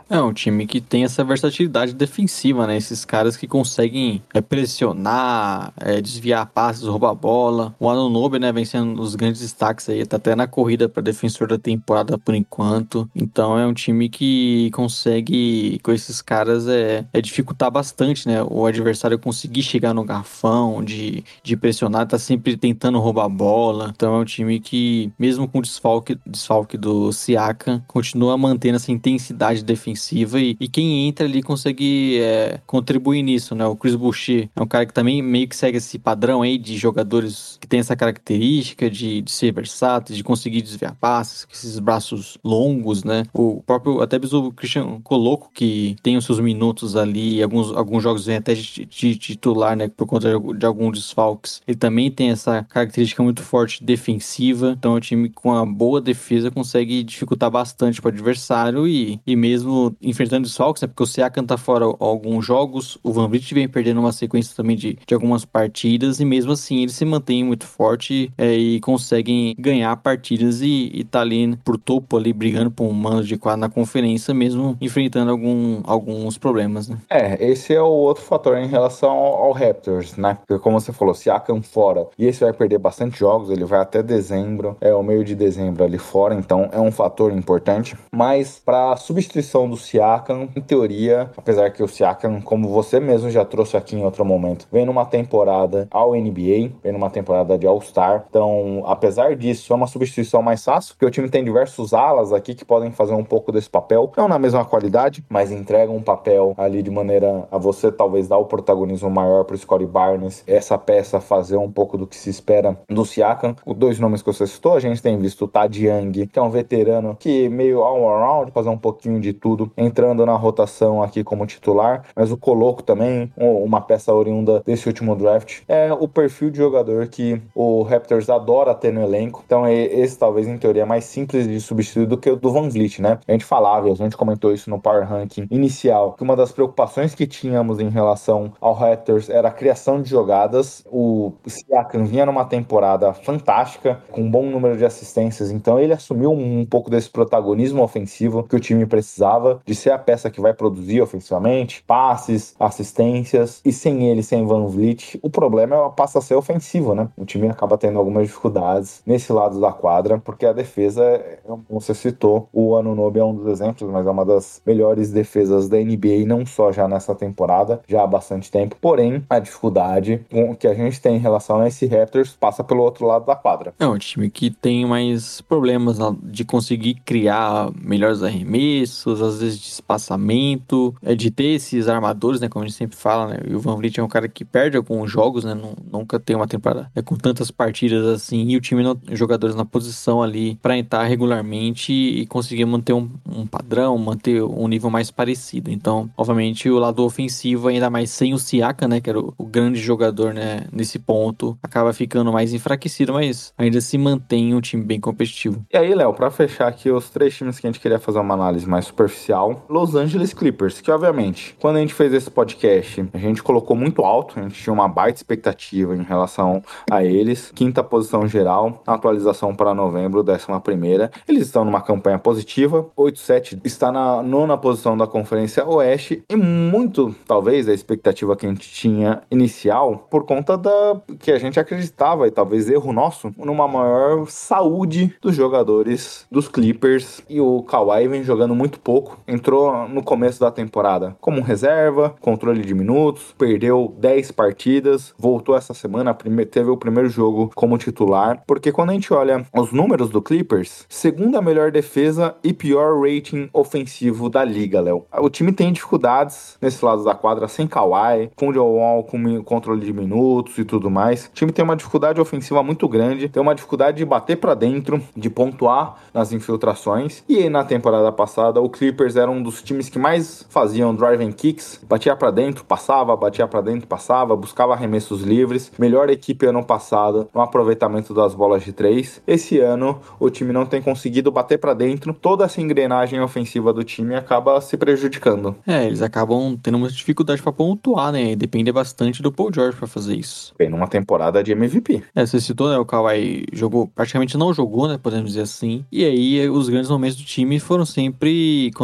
time que tem essa versatilidade defensiva, né? Esses caras que conseguem pressionar, desviar passes, roubar a bola. O Anunoby, né, vem sendo os grandes destaques aí, tá até na corrida para defensor da temporada por enquanto. Então é um time que consegue, com esses caras, dificultar bastante, né? O adversário conseguir chegar no garrafão, de pressionar, tá sempre tentando roubar a bola. Então é um time que, mesmo com o desfalque do Siakam, continua mantendo essa intensidade defensiva e quem entra ali consegue contribuir nisso, né? O Chris Boucher é um cara que também meio que segue esse padrão aí de jogadores que tem essa característica de ser versátil, de conseguir desviar passes, com esses braços longos, né? O próprio, até mesmo o Christian Coloco, que tem os seus minutos ali, alguns jogos vem até de titular, né? Por conta de alguns desfalques. Ele também tem essa característica muito forte defensiva, então o time com uma boa defesa consegue dificultar bastante para o adversário e mesmo enfrentando desfalques, né? Porque o Siakam tá fora alguns jogos, o VanVleet vem perdendo uma sequência também de algumas partidas e mesmo assim eles se mantêm muito forte e conseguem ganhar partidas e tá ali por topo ali, brigando por um mando de quadra na conferência, mesmo enfrentando alguns problemas, né? Esse é o outro fator em relação ao Raptors, né? Porque como você falou, Siakam fora, e esse vai perder bastante jogos, ele vai até dezembro, o meio de dezembro ali fora, então é um fator importante. Mas para substituição do Siakam, em teoria, apesar que o Siakam, como você mesmo já trouxe aqui em outro momento, vem numa temporada ao NBA, vem numa temporada de All-Star, então apesar disso, é uma substituição mais fácil, porque o time tem diversos alas aqui que podem fazer um pouco desse papel, não na mesma qualidade, mas entregam um papel ali de maneira a você talvez dar o protagonismo maior pro Scottie Barnes, essa peça fazer um pouco do que se espera do Siakam. Os dois nomes que você citou, a gente tem visto o Thad Young, que é um veterano que meio all-around, fazer um pouquinho de tudo, entrando na rotação aqui como titular, mas o Coloco também, uma peça oriunda desse último draft, é o perfil de jogador que o Raptors adora ter no elenco, então esse talvez em teoria é mais simples de substituir do que o do VanVleet, né? A gente comentou isso no Power Ranking inicial, que uma das preocupações que tínhamos em relação ao Raptors era a criação de jogadas. O Siakam vinha numa temporada fantástica, com um bom número de assistências, então ele assumiu um pouco desse protagonismo ofensivo que o time precisava, de ser a peça que vai produzir ofensivamente, passes, assistências, e sem ele, sem VanVleet, o problema passa a ser ofensivo, né? O time acaba tendo algumas dificuldades nesse lado da quadra, porque a defesa, como você citou, o Anunoby é um dos exemplos, mas é uma das melhores defesas da NBA, não só já nessa temporada, já há bastante tempo, porém, a dificuldade que a gente tem em relação a esse Raptors passa pelo outro lado da quadra. É um time que tem mais problemas de conseguir criar melhores arremessos, às vezes de espaçamento, de ter esses armadores, né, como a gente sempre fala, né, e o VanVleet é um cara que perde alguns jogos, né, nunca tem uma temporada com tantas partidas assim, e o time jogadores na posição ali para entrar regularmente e conseguir manter um padrão, manter um nível mais parecido. Então, obviamente, o lado ofensivo, ainda mais sem o Siakam, né, que era o grande jogador, né, nesse ponto, acaba ficando mais enfraquecido, mas ainda se mantém um time bem competitivo. E aí, Léo, pra fechar aqui os três times que a gente queria fazer uma análise mais superficial, Los Angeles Clippers, que obviamente, quando a gente fez esse podcast, a gente colocou muito alto, a gente tinha uma baita expectativa em relação a eles, 5ª posição geral, atualização para novembro, 11ª, eles estão numa campanha positiva, 8-7 está na 9ª posição da Conferência Oeste, e muito, talvez, a expectativa que a gente tinha inicial, por conta da que a gente acreditava, e talvez erro nosso, numa maior saúde dos jogadores dos Clippers, e o Kawhi vem jogando muito pouco, entrou no começo da temporada como reserva, controle de minutos, perdeu 10 partidas, voltou essa semana, teve o primeiro jogo como titular, porque quando a gente olha os números do Clippers, segunda melhor defesa e pior rating ofensivo da liga, Léo. O time tem dificuldades nesse lado da quadra, sem Kawhi, com o John Wall com controle de minutos e tudo mais. O time tem uma dificuldade ofensiva muito grande, tem uma dificuldade de bater pra dentro, de pontuar nas infiltrações, e na temporada passada o Clippers era um dos times que mais faziam driving kicks, batia pra dentro, passava, batia pra dentro, passava, buscava arremessos livres, melhor equipe ano passado no aproveitamento das bolas de 3. Esse ano o time não tem conseguido bater pra dentro, toda essa engrenagem ofensiva do time acaba se prejudicando. Eles acabam tendo uma dificuldade pra pontuar, né, e depende bastante do Paul George pra fazer isso. Bem, numa temporada de MVP. Você citou, né, o Kawhi praticamente não jogou, né, podemos dizer assim, e aí os grandes momentos do time foram sempre quando eles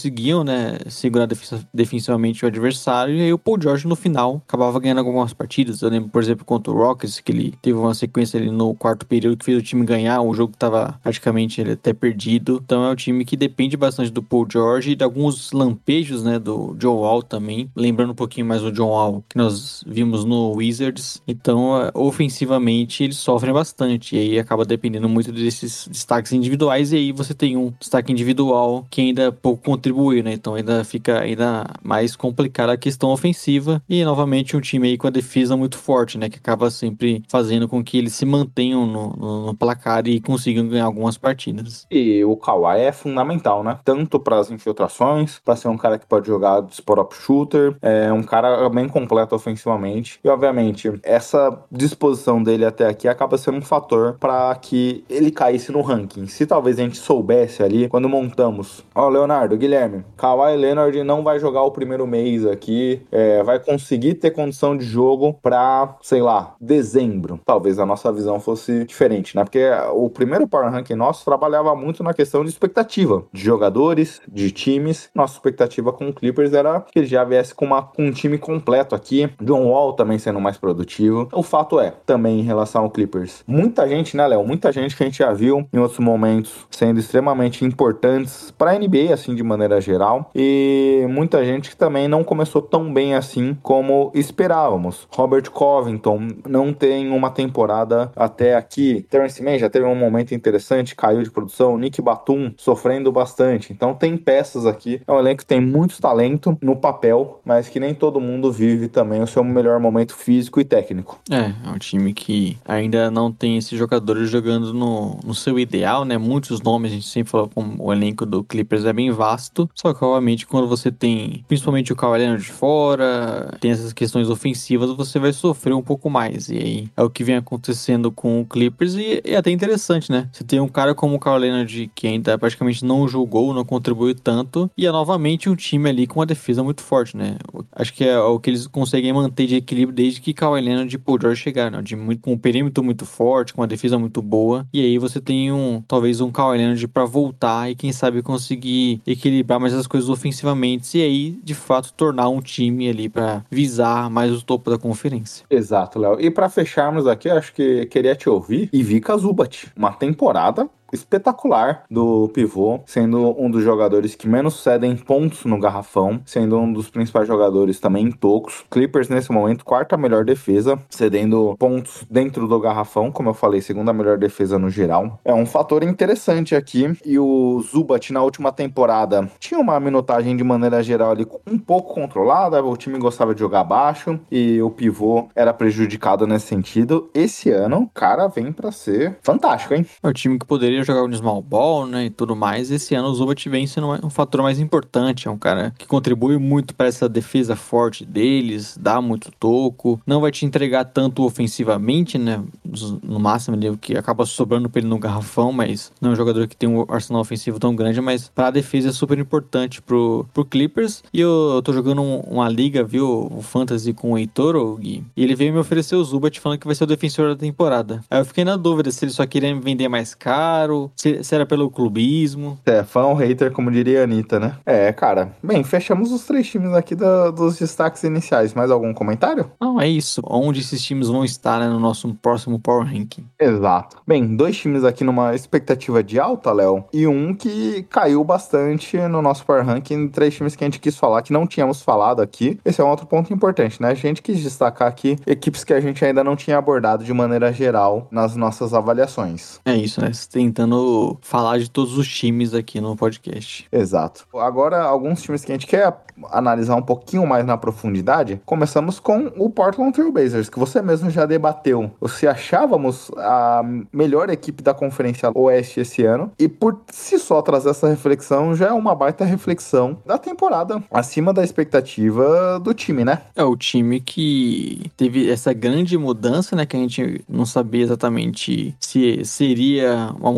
conseguiam, né, segurar defensivamente o adversário, e aí o Paul George no final acabava ganhando algumas partidas. Eu lembro, por exemplo, contra o Rockets, que ele teve uma sequência ali no quarto período que fez o time ganhar, o jogo tava praticamente ele até perdido. Então é um time que depende bastante do Paul George e de alguns lampejos, né, do John Wall também, lembrando um pouquinho mais o John Wall que nós vimos no Wizards. Então, ofensivamente, eles sofrem bastante, e aí acaba dependendo muito desses destaques individuais, e aí você tem um destaque individual que ainda pouco contribui, né? Então ainda fica ainda mais complicada a questão ofensiva, e novamente um time aí com a defesa muito forte, né? Que acaba sempre fazendo com que eles se mantenham no placar e consigam ganhar algumas partidas. E o Kawhi é fundamental, né? Tanto para as infiltrações, para ser um cara que pode jogar de spot-up shooter, é um cara bem completo ofensivamente. E, obviamente, essa disposição dele até aqui acaba sendo um fator para que ele caísse no ranking. Se talvez a gente soubesse ali, quando montamos, Leonardo, Guilherme, Kawhi Leonard não vai jogar o primeiro mês aqui, vai conseguir ter condição de jogo para, sei lá, dezembro. Talvez a nossa visão fosse diferente, né? Porque o primeiro Power Ranking nosso trabalhava muito na questão de expectativa de jogadores, de times. Nossa expectativa com o Clippers era que ele já viesse com um time completo aqui. John Wall também sendo mais produtivo. O fato é, também em relação ao Clippers, muita gente, né, Léo? Muita gente que a gente já viu em outros momentos sendo extremamente importantes para a NBA, assim, de maneira geral. E muita gente que também não começou tão bem assim como esperávamos. Robert Covington não tem uma temporada até aqui. Terrence Mann já teve um momento interessante, caiu de produção. Nick Batum sofrendo bastante. Então tem peças aqui. É um elenco que tem muito talento no papel, mas que nem todo mundo vive também o seu melhor momento físico e técnico. É um time que ainda não tem esses jogadores jogando no seu ideal, né? Muitos nomes, a gente sempre falou, como o elenco do Clippers é bem vasto, só que obviamente quando você tem principalmente o Kawhi Leonard de fora, tem essas questões ofensivas, você vai sofrer um pouco mais, e aí é o que vem acontecendo com o Clippers, e é até interessante, né? Você tem um cara como o Kawhi Leonard que ainda praticamente não jogou, não contribuiu tanto, e é novamente um time ali com uma defesa muito forte, né? Acho que é o que eles conseguem manter de equilíbrio desde que Kawhi Leonard e Paul George chegaram, né? Um time com um perímetro muito forte, com uma defesa muito boa, e aí você tem talvez um Kawhi Leonard pra voltar e quem sabe conseguir equilibrar mais as coisas ofensivamente, e aí de fato tornar um time ali pra visar mais o topo da conferência. Exato, Léo. E pra fecharmos aqui, acho que queria te ouvir, Ivica Zubat, uma temporada espetacular do pivô, sendo um dos jogadores que menos cedem pontos no garrafão, sendo um dos principais jogadores também em tocos. Clippers nesse momento, quarta melhor defesa, cedendo pontos dentro do garrafão, como eu falei, segunda melhor defesa no geral. É um fator interessante aqui, e o Zubat na última temporada tinha uma minutagem de maneira geral ali um pouco controlada, o time gostava de jogar baixo e o pivô era prejudicado nesse sentido. Esse ano, o cara vem pra ser fantástico, hein? É o time que poderia jogar no small ball, né, e tudo mais. Esse ano o Zubat vem sendo um fator mais importante, é um cara que contribui muito para essa defesa forte deles, dá muito toco, não vai te entregar tanto ofensivamente, né, no máximo ali o que acaba sobrando pra ele no garrafão, mas não é um jogador que tem um arsenal ofensivo tão grande, mas para a defesa é super importante pro Clippers. E eu tô jogando uma liga, viu, o Fantasy com o Heitor, Gui, e ele veio me oferecer o Zubat falando que vai ser o defensor da temporada. Aí eu fiquei na dúvida se ele só queria me vender mais caro, se era pelo clubismo. É, fã ou hater, como diria a Anitta, né? É, cara. Bem, fechamos os 3 times aqui dos destaques iniciais. Mais algum comentário? Não, é isso. Onde esses times vão estar, né, no nosso próximo Power Ranking. Exato. Bem, 2 times aqui numa expectativa de alta, Léo, e um que caiu bastante no nosso Power Ranking. 3 times que a gente quis falar, que não tínhamos falado aqui. Esse é um outro ponto importante, né? A gente quis destacar aqui equipes que a gente ainda não tinha abordado de maneira geral nas nossas avaliações. É isso, né? Tentando falar de todos os times aqui no podcast. Exato. Agora, alguns times que a gente quer analisar um pouquinho mais na profundidade, começamos com o Portland Trail Blazers, que você mesmo já debateu. Se achávamos a melhor equipe da Conferência Oeste esse ano, e por si só trazer essa reflexão já é uma baita reflexão da temporada, acima da expectativa do time, né? É o time que teve essa grande mudança, né, que a gente não sabia exatamente se seria uma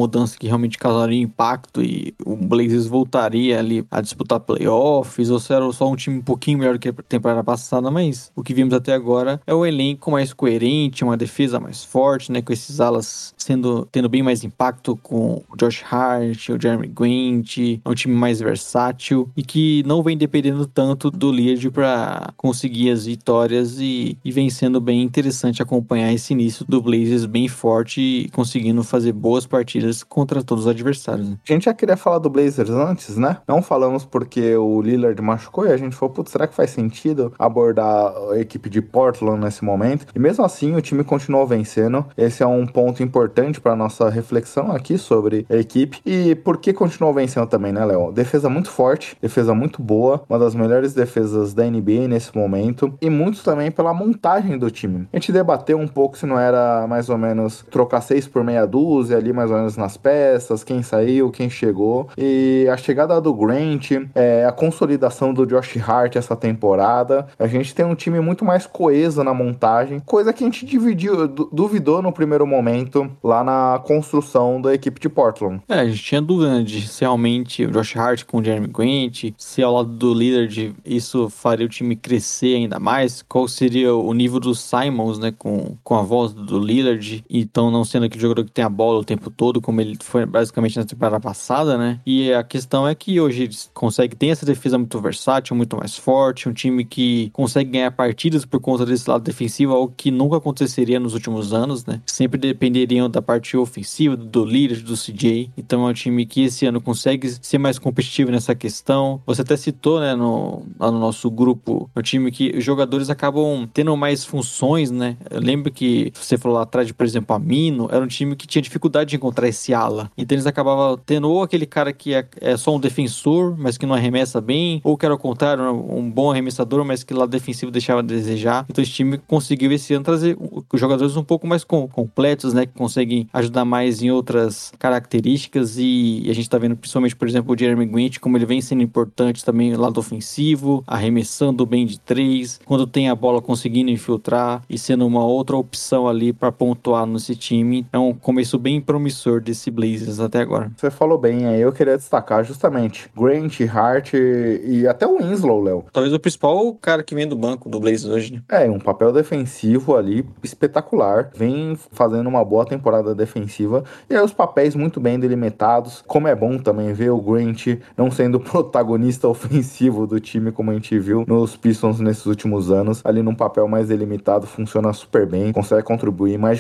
mudança que realmente causaria impacto e o Blazers voltaria ali a disputar playoffs, ou se era só um time um pouquinho melhor do que a temporada passada, mas o que vimos até agora é o elenco mais coerente, uma defesa mais forte, né, com esses alas tendo bem mais impacto com o Josh Hart, o Jeremy Grant, é um time mais versátil e que não vem dependendo tanto do Lillard para conseguir as vitórias e vem sendo bem interessante acompanhar esse início do Blazers bem forte e conseguindo fazer boas partidas contra todos os adversários, né? A gente já queria falar do Blazers antes, né? Não falamos porque o Lillard machucou e a gente falou, putz, será que faz sentido abordar a equipe de Portland nesse momento? E mesmo assim, o time continuou vencendo. Esse é um ponto importante para nossa reflexão aqui sobre a equipe. E por que continuou vencendo também, né, Léo? Defesa muito forte, defesa muito boa, uma das melhores defesas da NBA nesse momento. E muito também pela montagem do time. A gente debateu um pouco se não era mais ou menos trocar 6 por meia dúzia ali mais ou menos nas peças, quem saiu, quem chegou. E a chegada do Grant, a consolidação do Josh Hart essa temporada. A gente tem um time muito mais coeso na montagem, coisa que a gente duvidou no primeiro momento lá na construção da equipe de Portland. A gente tinha dúvida de se realmente o Josh Hart com o Jeremy Grant, se ao lado do Lillard isso faria o time crescer ainda mais, qual seria o nível dos Simons, né, com a voz do Lillard, então não sendo aquele jogador que tem a bola o tempo todo, como ele foi basicamente na temporada passada, né, e a questão é que hoje eles conseguem ter essa defesa muito versátil, muito mais forte, um time que consegue ganhar partidas por conta desse lado defensivo, algo que nunca aconteceria nos últimos anos, né, sempre dependeriam da parte ofensiva, do Lillard, do CJ, então é um time que esse ano consegue ser mais competitivo nessa questão. Você até citou, né, lá no nosso grupo, o time que os jogadores acabam tendo mais funções, né? Eu lembro que você falou lá atrás de, por exemplo, a Mino, era um time que tinha dificuldade de encontrar esse ala. Então eles acabavam tendo ou aquele cara que é só um defensor, mas que não arremessa bem, ou que era o contrário, um bom arremessador, mas que lá defensivo deixava a desejar. Então esse time conseguiu esse ano trazer os jogadores um pouco mais completos, né? Que conseguem ajudar mais em outras características e a gente tá vendo principalmente, por exemplo, o Jeremy Grant, como ele vem sendo importante também no lado ofensivo, arremessando bem de 3, quando tem a bola conseguindo infiltrar e sendo uma outra opção ali para pontuar nesse time. É um começo bem promissor desse Blazers até agora. Você falou bem, aí eu queria destacar justamente Grant, Hart e até o Winslow, Léo. Talvez o principal cara que vem do banco do Blazers hoje, né? Um papel defensivo ali espetacular, vem fazendo uma boa temporada defensiva e aí os papéis muito bem delimitados, como é bom também ver o Grant não sendo o protagonista ofensivo do time como a gente viu nos Pistons nesses últimos anos, ali num papel mais delimitado, funciona super bem, consegue contribuir mais de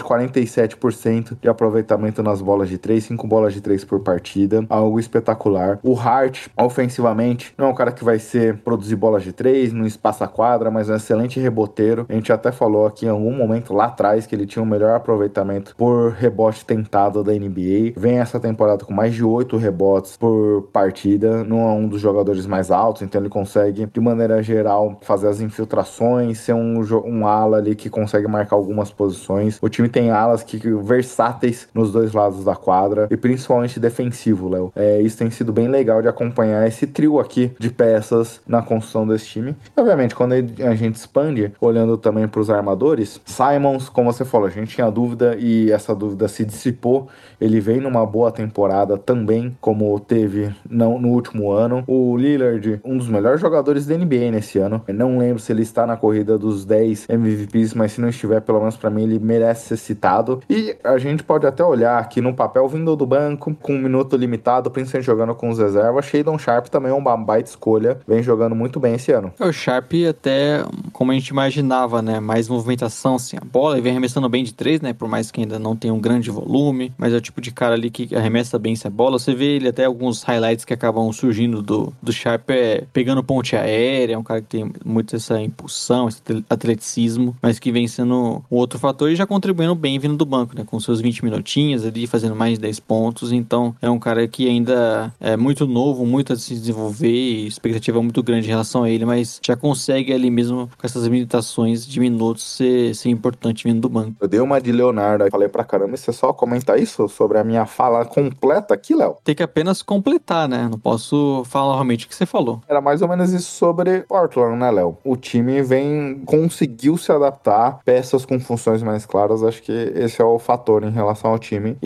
47% de aproveitamento nas bolas de 3, 5 bolas de 3 por partida, algo espetacular. O Hart, ofensivamente, não é um cara que vai produzir bolas de 3, não espaça a quadra, mas é um excelente reboteiro. A gente até falou aqui em algum momento lá atrás que ele tinha o melhor aproveitamento por rebote tentado da NBA. Vem essa temporada com mais de 8 rebotes por partida, não é um dos jogadores mais altos, então ele consegue, de maneira geral, fazer as infiltrações, ser um ala ali que consegue marcar algumas posições. O time tem alas versáteis nos dois lados da quadra e principalmente defensivo, Léo. Isso tem sido bem legal de acompanhar esse trio aqui de peças na construção desse time. E, obviamente, quando a gente expande, olhando também para os armadores, Simons, como você falou, a gente tinha dúvida e essa dúvida se dissipou. Ele vem numa boa temporada também, como teve no último ano. O Lillard, um dos melhores jogadores da NBA nesse ano. Eu não lembro se ele está na corrida dos 10 MVPs, mas se não estiver, pelo menos para mim, ele merece ser citado. E a gente pode até olhar aqui no papel, vindo do banco, com um minuto limitado, principalmente jogando com os reservas. Shadon Sharp também é uma baita escolha, vem jogando muito bem esse ano. O Sharp até, como a gente imaginava, né, mais movimentação sem a bola, ele vem arremessando bem de 3, né, por mais que ainda não tenha um grande volume, mas é o tipo de cara ali que arremessa bem sem a bola. Você vê ele até alguns highlights que acabam surgindo do Sharp, pegando ponte aérea, é um cara que tem muito essa impulsão, esse atleticismo, mas que vem sendo um outro fator e já contribuindo bem vindo do banco, né, com seus 20 minutinhos ali, fazendo mais de 10 pontos, então é um cara que ainda é muito novo, muito a se desenvolver e expectativa muito grande em relação a ele, mas já consegue ali mesmo com essas limitações de minutos ser importante vindo do banco. Eu dei uma de Leonardo, falei pra caramba, e você só comentar isso sobre a minha fala completa aqui, Léo? Tem que apenas completar, né? Não posso falar realmente o que você falou. Era mais ou menos isso sobre Portland, né, Léo? O time conseguiu se adaptar, peças com funções mais claras, acho que esse é o fator em relação ao time. E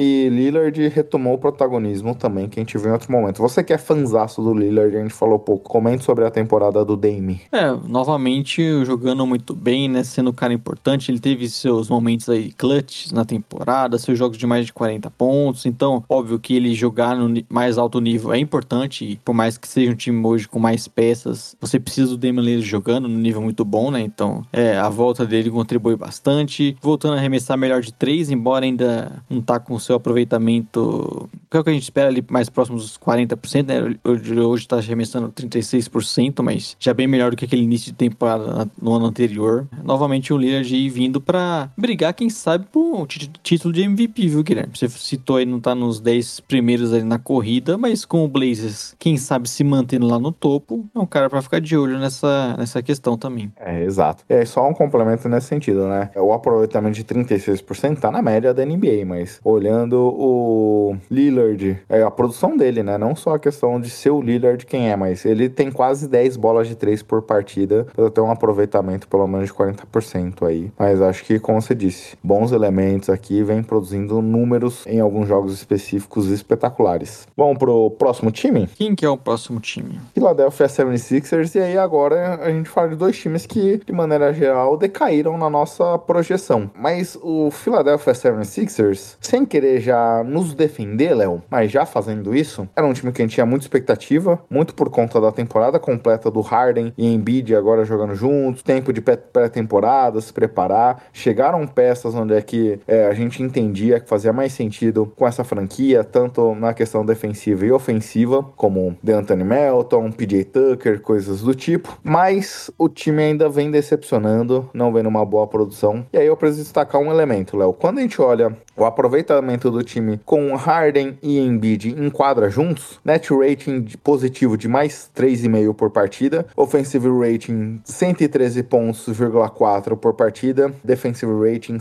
Lillard retomou o protagonismo também, que a gente viu em outro momento. Você que é fanzaço do Lillard, a gente falou pouco. Comente sobre a temporada do Dame. Novamente jogando muito bem, né? Sendo um cara importante. Ele teve seus momentos aí clutch na temporada, seus jogos de mais de 40 pontos. Então, óbvio que ele jogar no mais alto nível é importante. E por mais que seja um time hoje com mais peças, você precisa do Dame Lillard jogando no nível muito bom, né? Então, a volta dele contribui bastante. Voltando a arremessar melhor de 3, embora ainda não tá com o seu aproveitamento, que é o que a gente espera ali mais próximo dos 40%, né? Hoje tá arremessando 36%, mas já bem melhor do que aquele início de temporada no ano anterior. Novamente o Lillard vindo pra brigar, quem sabe, por título de MVP, viu, Guilherme? Você citou aí, não tá nos 10 primeiros ali na corrida, mas com o Blazers, quem sabe se mantendo lá no topo, é um cara pra ficar de olho nessa questão também. Exato. E aí, só um complemento nesse sentido, né? O aproveitamento de 36% tá na média da NBA, mas olhando o Lillard, a produção dele, né? Não só a questão de ser o Lillard quem é, mas ele tem quase 10 bolas de 3 por partida, para ter um aproveitamento pelo menos de 40% aí. Mas acho que, como você disse, bons elementos aqui, vem produzindo números em alguns jogos específicos espetaculares. Vamos pro próximo time? Quem que é o próximo time? Philadelphia 76ers, e aí agora a gente fala de dois times que, de maneira geral, decaíram na nossa projeção. Mas o Philadelphia 76ers, sem querer já nos defender, Léo, mas já fazendo isso, era um time que a gente tinha muita expectativa, muito por conta da temporada completa do Harden e Embiid agora jogando juntos, tempo de pré-temporada, se preparar. Chegaram peças onde é que a gente entendia que fazia mais sentido com essa franquia, tanto na questão defensiva e ofensiva, como DeAnthony Melton, PJ Tucker, coisas do tipo. Mas o time ainda vem decepcionando, não vem numa boa produção. E aí eu preciso destacar um elemento, Léo. Quando a gente olha o aproveitamento do time com Harden e Embiid em quadra juntos, net rating positivo de mais 3,5 por partida, offensive rating 113 pontos,4 por partida, defensive rating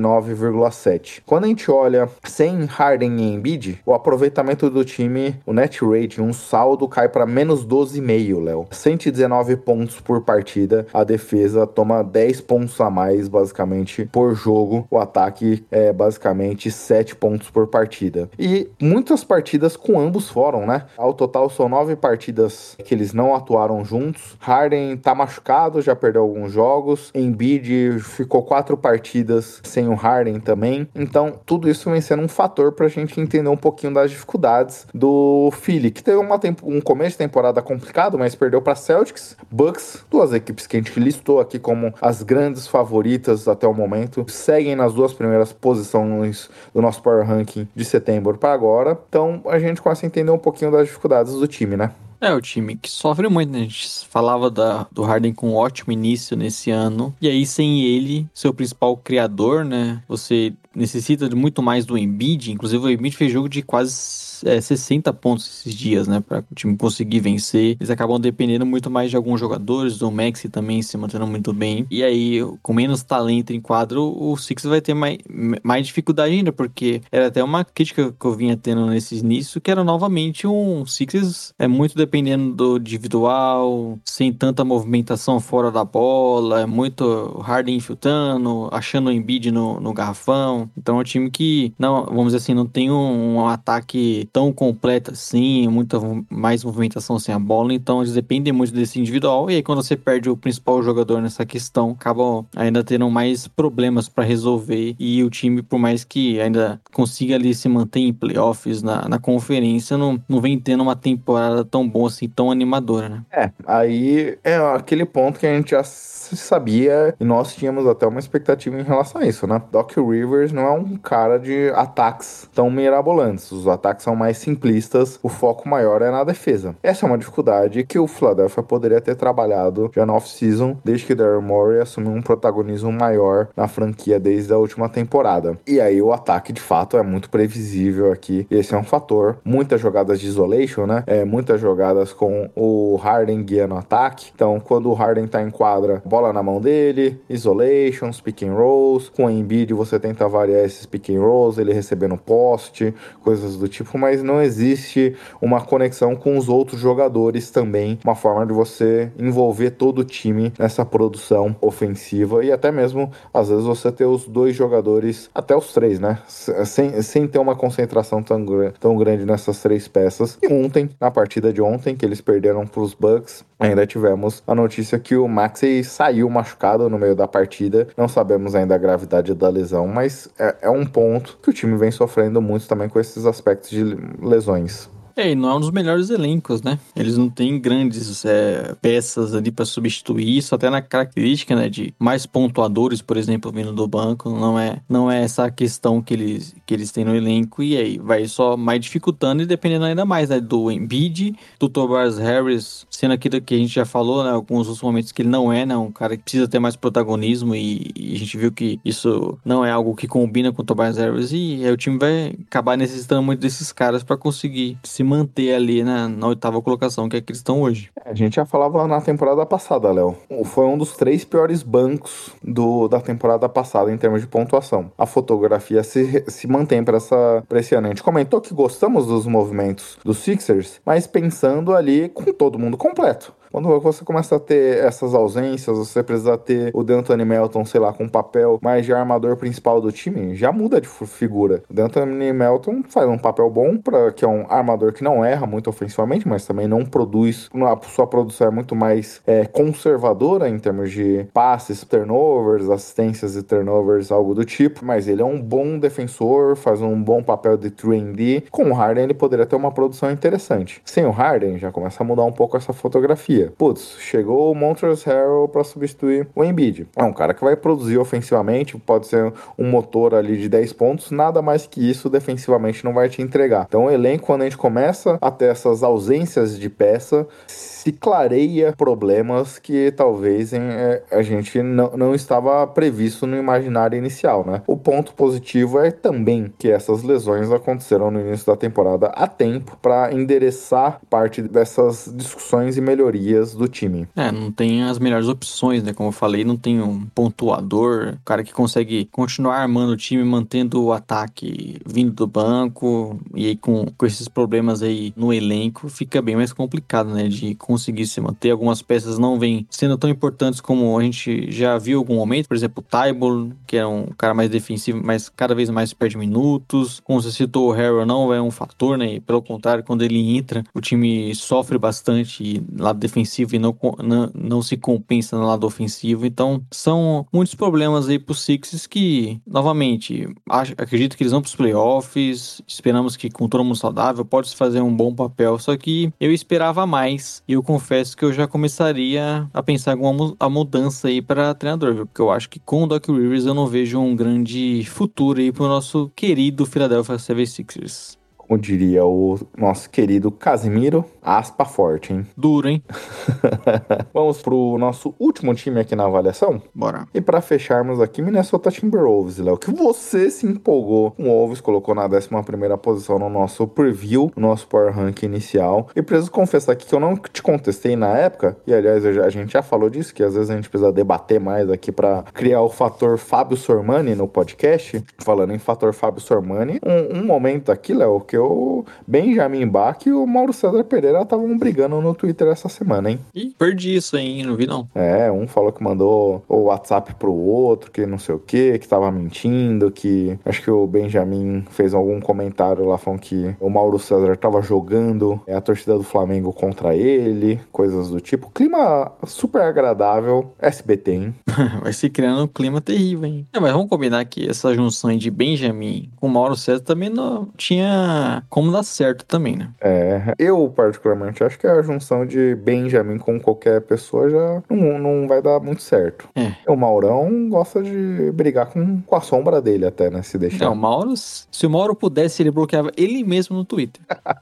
109,7. Quando a gente olha sem Harden e Embiid, o aproveitamento do time, o net rating, um saldo cai para menos 12,5, Léo. 119 pontos por partida, a defesa toma 10 pontos a mais, basicamente, por jogo. O ataque é basicamente 7 pontos por partida. E muitas partidas com ambos foram, né? Ao total são 9 partidas que eles não atuaram juntos. Harden tá machucado, já perdeu alguns jogos. Embiid ficou 4 partidas sem o Harden também. Então, tudo isso vem sendo um fator pra gente entender um pouquinho das dificuldades do Philly, que teve um começo de temporada complicado, mas perdeu para Celtics, Bucks, duas equipes que a gente listou aqui como as grandes favoritas até o momento, seguem nas duas primeiras posições do nosso Power Ranking de setembro para agora. Então, a gente começa a entender um pouquinho das dificuldades do time, né? O time que sofre muito, né? A gente falava do Harden com um ótimo início nesse ano. E aí, sem ele, seu principal criador, né? Você necessita de muito mais do Embiid. Inclusive, o Embiid fez jogo de quase 60 pontos esses dias, né? Para o time conseguir vencer. Eles acabam dependendo muito mais de alguns jogadores. O Maxey também se mantendo muito bem. E aí, com menos talento em quadro, o Sixers vai ter mais dificuldade ainda, porque era até uma crítica que eu vinha tendo nesse início, que era novamente um Sixers muito dependendo do individual, sem tanta movimentação fora da bola, muito Harden infiltrando, achando o Embiid no garrafão. Então é um time que, não, vamos dizer assim, não tem um ataque tão completo assim, muita mais movimentação sem a bola, então eles dependem muito desse individual, e aí quando você perde o principal jogador nessa questão, acabam ainda tendo mais problemas para resolver, e o time, por mais que ainda consiga ali se manter em playoffs na conferência, não vem tendo uma temporada tão boa assim, tão animadora, né? Aí é aquele ponto que a gente já sabia e nós tínhamos até uma expectativa em relação a isso, né? Doc Rivers não é um cara de ataques tão mirabolantes, os ataques são mais simplistas, o foco maior é na defesa. Essa é uma dificuldade que o Philadelphia poderia ter trabalhado já na off-season, desde que Daryl Morey assumiu um protagonismo maior na franquia desde a última temporada. E aí o ataque, de fato, é muito previsível aqui, esse é um fator. Muitas jogadas de isolation, né? Muitas jogadas com o Harden guiando o ataque. Então, quando o Harden tá em quadra, bola na mão dele, isolations, pick and rolls. Com o Embiid, você tenta variar esses pick and rolls, ele recebendo poste, coisas do tipo, mas não existe uma conexão com os outros jogadores também, uma forma de você envolver todo o time nessa produção ofensiva e até mesmo, às vezes, você ter os dois jogadores, até os três, né? Sem ter uma concentração tão grande nessas três peças. E ontem, na partida de ontem, que eles perderam para os Bucks, ainda tivemos a notícia que o Maxey saiu machucado no meio da partida. Não sabemos ainda a gravidade da lesão, mas é um ponto que o time vem sofrendo muito também com esses aspectos de lesões. E não é um dos melhores elencos, né? Eles não têm grandes peças ali pra substituir isso, até na característica, né, de mais pontuadores, por exemplo, vindo do banco, não é essa questão que eles têm no elenco, e aí vai só mais dificultando e dependendo ainda mais, né, do Embiid, do Tobias Harris, sendo aquilo que a gente já falou, né, alguns dos momentos que ele não é, né, um cara que precisa ter mais protagonismo e a gente viu que isso não é algo que combina com o Tobias Harris e aí o time vai acabar necessitando muito desses caras pra conseguir se manter ali na 8ª colocação, que é que eles estão hoje. A gente já falava na temporada passada, Léo. Foi um dos 3 piores bancos da temporada passada em termos de pontuação. A fotografia se mantém para esse ano. A gente comentou que gostamos dos movimentos dos Sixers, mas pensando ali com todo mundo completo. Quando você começa a ter essas ausências, você precisa ter o D'Anthony Melton, sei lá, com um papel mais de armador principal do time, já muda de figura. O D'Anthony Melton faz um papel bom, que é um armador que não erra muito ofensivamente, mas também não produz, a sua produção é muito mais conservadora em termos de passes, turnovers, assistências e turnovers, algo do tipo, mas ele é um bom defensor, faz um bom papel de 3&D. Com o Harden ele poderia ter uma produção interessante. Sem o Harden já começa a mudar um pouco essa fotografia. Putz, chegou o Montrezl Harrell para substituir o Embiid. É um cara que vai produzir ofensivamente, pode ser um motor ali de 10 pontos, nada mais que isso defensivamente não vai te entregar. Então o elenco, quando a gente começa a ter essas ausências de peça, se clareia problemas que talvez a gente não estava previsto no imaginário inicial, né? O ponto positivo é também que essas lesões aconteceram no início da temporada a tempo para endereçar parte dessas discussões e melhorias do time. Não tem as melhores opções, né? Como eu falei, não tem um pontuador, um cara que consegue continuar armando o time, mantendo o ataque vindo do banco, e aí com esses problemas aí no elenco, fica bem mais complicado, né? De conseguir se manter. Algumas peças não vêm sendo tão importantes como a gente já viu em algum momento. Por exemplo, o Thybulle, que é um cara mais defensivo, mas cada vez mais perde minutos. Como você citou, o Harrell não é um fator, né? E pelo contrário, quando ele entra, o time sofre bastante lado defensivo e não se compensa no lado ofensivo. Então, são muitos problemas aí pro Sixers que, novamente, acredito que eles vão pros playoffs. Esperamos que com todo mundo saudável pode-se fazer um bom papel. Só que eu esperava mais e eu confesso que eu já começaria a pensar em alguma mudança aí para treinador, viu? Porque eu acho que com o Doc Rivers eu não vejo um grande futuro aí pro nosso querido Philadelphia 76ers. Como diria o nosso querido Casimiro, aspa forte, hein? Duro, hein? Vamos pro nosso último time aqui na avaliação? Bora. E para fecharmos aqui, Minnesota Timberwolves, Léo, que você se empolgou com o Wolves, colocou na 11ª posição no nosso preview, no nosso Power Rank inicial. E preciso confessar aqui que eu não te contestei na época, e aliás, a gente já falou disso, que às vezes a gente precisa debater mais aqui para criar o fator Fábio Sormani no podcast. Falando em fator Fábio Sormani, um momento aqui, Léo, que o Benjamin Bach e o Mauro César Pereira estavam brigando no Twitter essa semana, hein? Ih, perdi isso aí, não vi não. Um falou que mandou o WhatsApp pro outro, que não sei o que tava mentindo, que acho que o Benjamin fez algum comentário lá falando que o Mauro César tava jogando a torcida do Flamengo contra ele, coisas do tipo. Clima super agradável, SBT, hein? Vai se criando um clima terrível, hein? Mas vamos combinar que essa junção aí de Benjamin com Mauro César também não tinha como dar certo também, né? Eu particularmente acho que a junção de Benjamin com qualquer pessoa já não vai dar muito certo. O Maurão gosta de brigar com a sombra dele até, né? Se deixar. Se o Mauro pudesse, ele bloqueava ele mesmo no Twitter.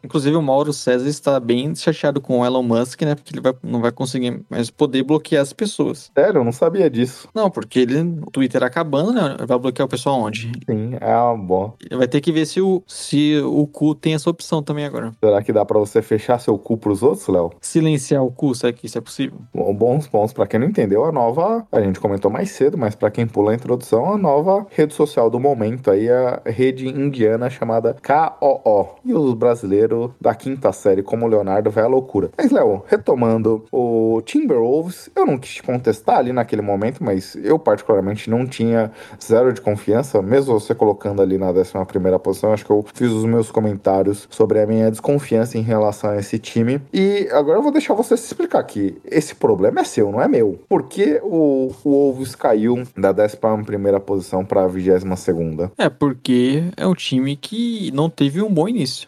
Inclusive o Mauro César está bem chateado com o Elon Musk, né? Porque ele não vai conseguir mais poder bloquear as pessoas. Sério, eu não sabia disso. Não, porque o Twitter acabando, né? Ele vai bloquear o pessoal onde? Sim, é uma boa. Ele vai ter que ver se o cu tem essa opção também agora. Será que dá pra você fechar seu cu pros outros, Léo? Silenciar o cu, será que isso é possível? Bons pontos. Pra quem não entendeu, a gente comentou mais cedo, mas pra quem pula a introdução, a nova rede social do momento aí, a rede indiana chamada KOO. E os brasileiros da quinta série, como o Leonardo, vai à loucura. Mas, Léo, retomando, o Timberwolves, eu não quis te contestar ali naquele momento, mas eu particularmente não tinha zero de confiança, mesmo você colocando ali na 11ª posição, acho que eu fiz os meus comentários sobre a minha desconfiança em relação a esse time. E agora eu vou deixar você se explicar aqui. Esse problema é seu, não é meu. Por que o Wolves caiu da 11ª posição para a 22ª? É, porque é um time que não teve um bom início.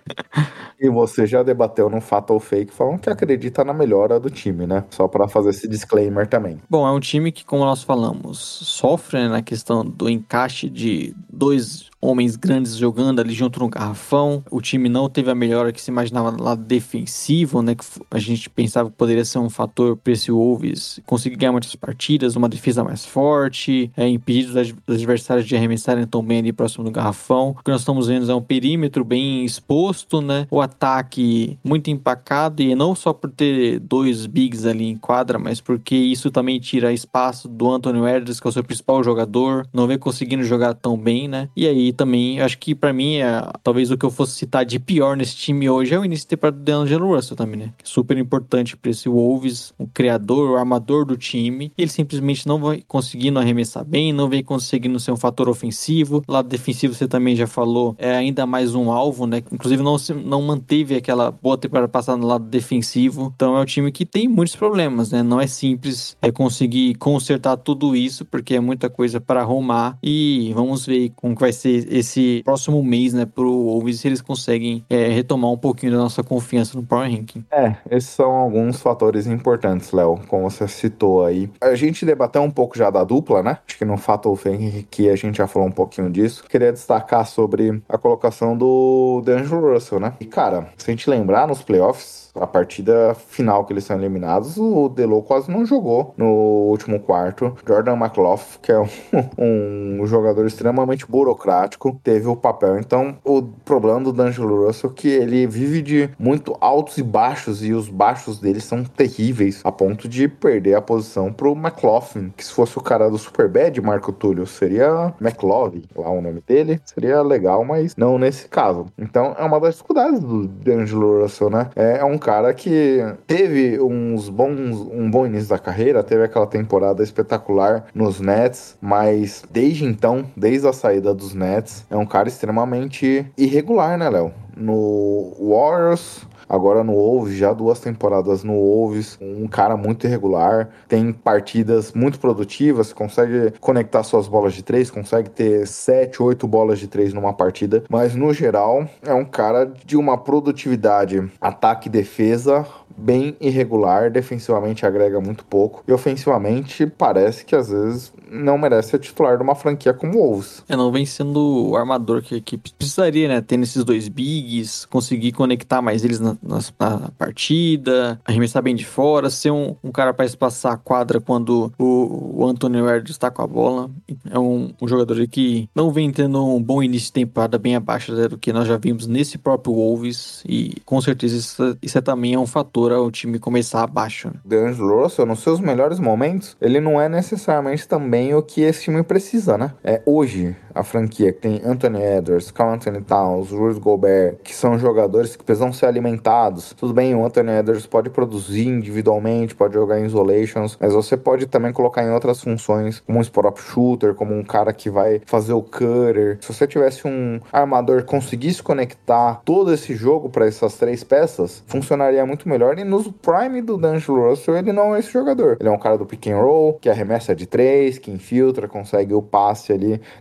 E você já debateu no Fato ou Fake falando que acredita na melhora do time, né? Só para fazer esse disclaimer também. Bom, é um time que, como nós falamos, sofre, né, na questão do encaixe de dois homens grandes jogando ali junto no garrafão. O time não teve a melhora que se imaginava lá defensivo, né? Que a gente pensava que poderia ser um fator para esse Wolves conseguir ganhar muitas partidas, uma defesa mais forte, impedir os adversários de arremessarem tão bem ali próximo do garrafão. O que nós estamos vendo é um perímetro bem exposto, né? O ataque muito empacado, e não só por ter dois bigs ali em quadra, mas porque isso também tira espaço do Anthony Edwards, que é o seu principal jogador, não vem conseguindo jogar tão bem, né? E aí também, acho que pra mim, talvez o que eu fosse citar de pior nesse time hoje é o início de temporada do DeAngelo Russell também, né? Que é super importante pra esse Wolves, o criador, o armador do time. Ele simplesmente não vai conseguindo arremessar bem, não vem conseguindo ser um fator ofensivo. Lado defensivo, você também já falou, é ainda mais um alvo, né? Inclusive não manteve aquela boa temporada passada no lado defensivo. Então é um time que tem muitos problemas, né? Não é simples conseguir consertar tudo isso, porque é muita coisa para arrumar. E vamos ver como que vai ser esse próximo mês, né, pro Wolves, se eles conseguem retomar um pouquinho da nossa confiança no Power Ranking. Esses são alguns fatores importantes, Léo, como você citou aí. A gente debateu um pouco já da dupla, né? Acho que no Fato ou Fake que a gente já falou um pouquinho disso. Queria destacar sobre a colocação do DeAngelo Russell, né? E, cara, se a gente lembrar, nos playoffs, a partida final que eles são eliminados, o Delo quase não jogou no último quarto. Jordan McLaughlin, que é um jogador extremamente burocrático, teve o papel. Então, o problema do DeAngelo Russell é que ele vive de muito altos e baixos, e os baixos dele são terríveis, a ponto de perder a posição pro McLaughlin, que se fosse o cara do Superbad, Marco Túlio, seria McLaughlin, lá o nome dele, seria legal, mas não nesse caso. Então, é uma das dificuldades do DeAngelo Russell, né? É um cara que teve um bom início da carreira, teve aquela temporada espetacular nos Nets, mas desde então, desde a saída dos Nets, é um cara extremamente irregular, né, Léo? No Warriors, agora no Wolves, já 2 temporadas no Wolves, um cara muito irregular, tem partidas muito produtivas, consegue conectar suas bolas de 3, consegue ter 7, 8 bolas de 3 numa partida, mas no geral é um cara de uma produtividade, ataque e defesa bem irregular, defensivamente agrega muito pouco, e ofensivamente parece que às vezes não merece ser titular de uma franquia como o Wolves. Não vem sendo o armador que a equipe precisaria, né? Tendo esses dois bigs, conseguir conectar mais eles na partida, arremessar bem de fora, ser um cara para espaçar a quadra quando o Anthony Edwards está com a bola. É um jogador que não vem tendo um bom início de temporada, bem abaixo do que nós já vimos nesse próprio Wolves, e com certeza isso também é um fator ao time começar abaixo. DeAngelo Russell, nos seus melhores momentos, ele não é necessariamente também o que esse time precisa, né? Hoje, a franquia que tem Anthony Edwards, Karl Anthony Towns, Rudy Gobert, que são jogadores que precisam ser alimentados. Tudo bem, o Anthony Edwards pode produzir individualmente, pode jogar em isolations, mas você pode também colocar em outras funções, como um spot-up shooter, como um cara que vai fazer o cutter. Se você tivesse um armador que conseguisse conectar todo esse jogo para essas 3 peças, funcionaria muito melhor. E nos prime do DeAngelo Russell, ele não é esse jogador. Ele é um cara do pick and roll, que arremessa de 3, que infiltra, consegue o passe ali nessas jogadas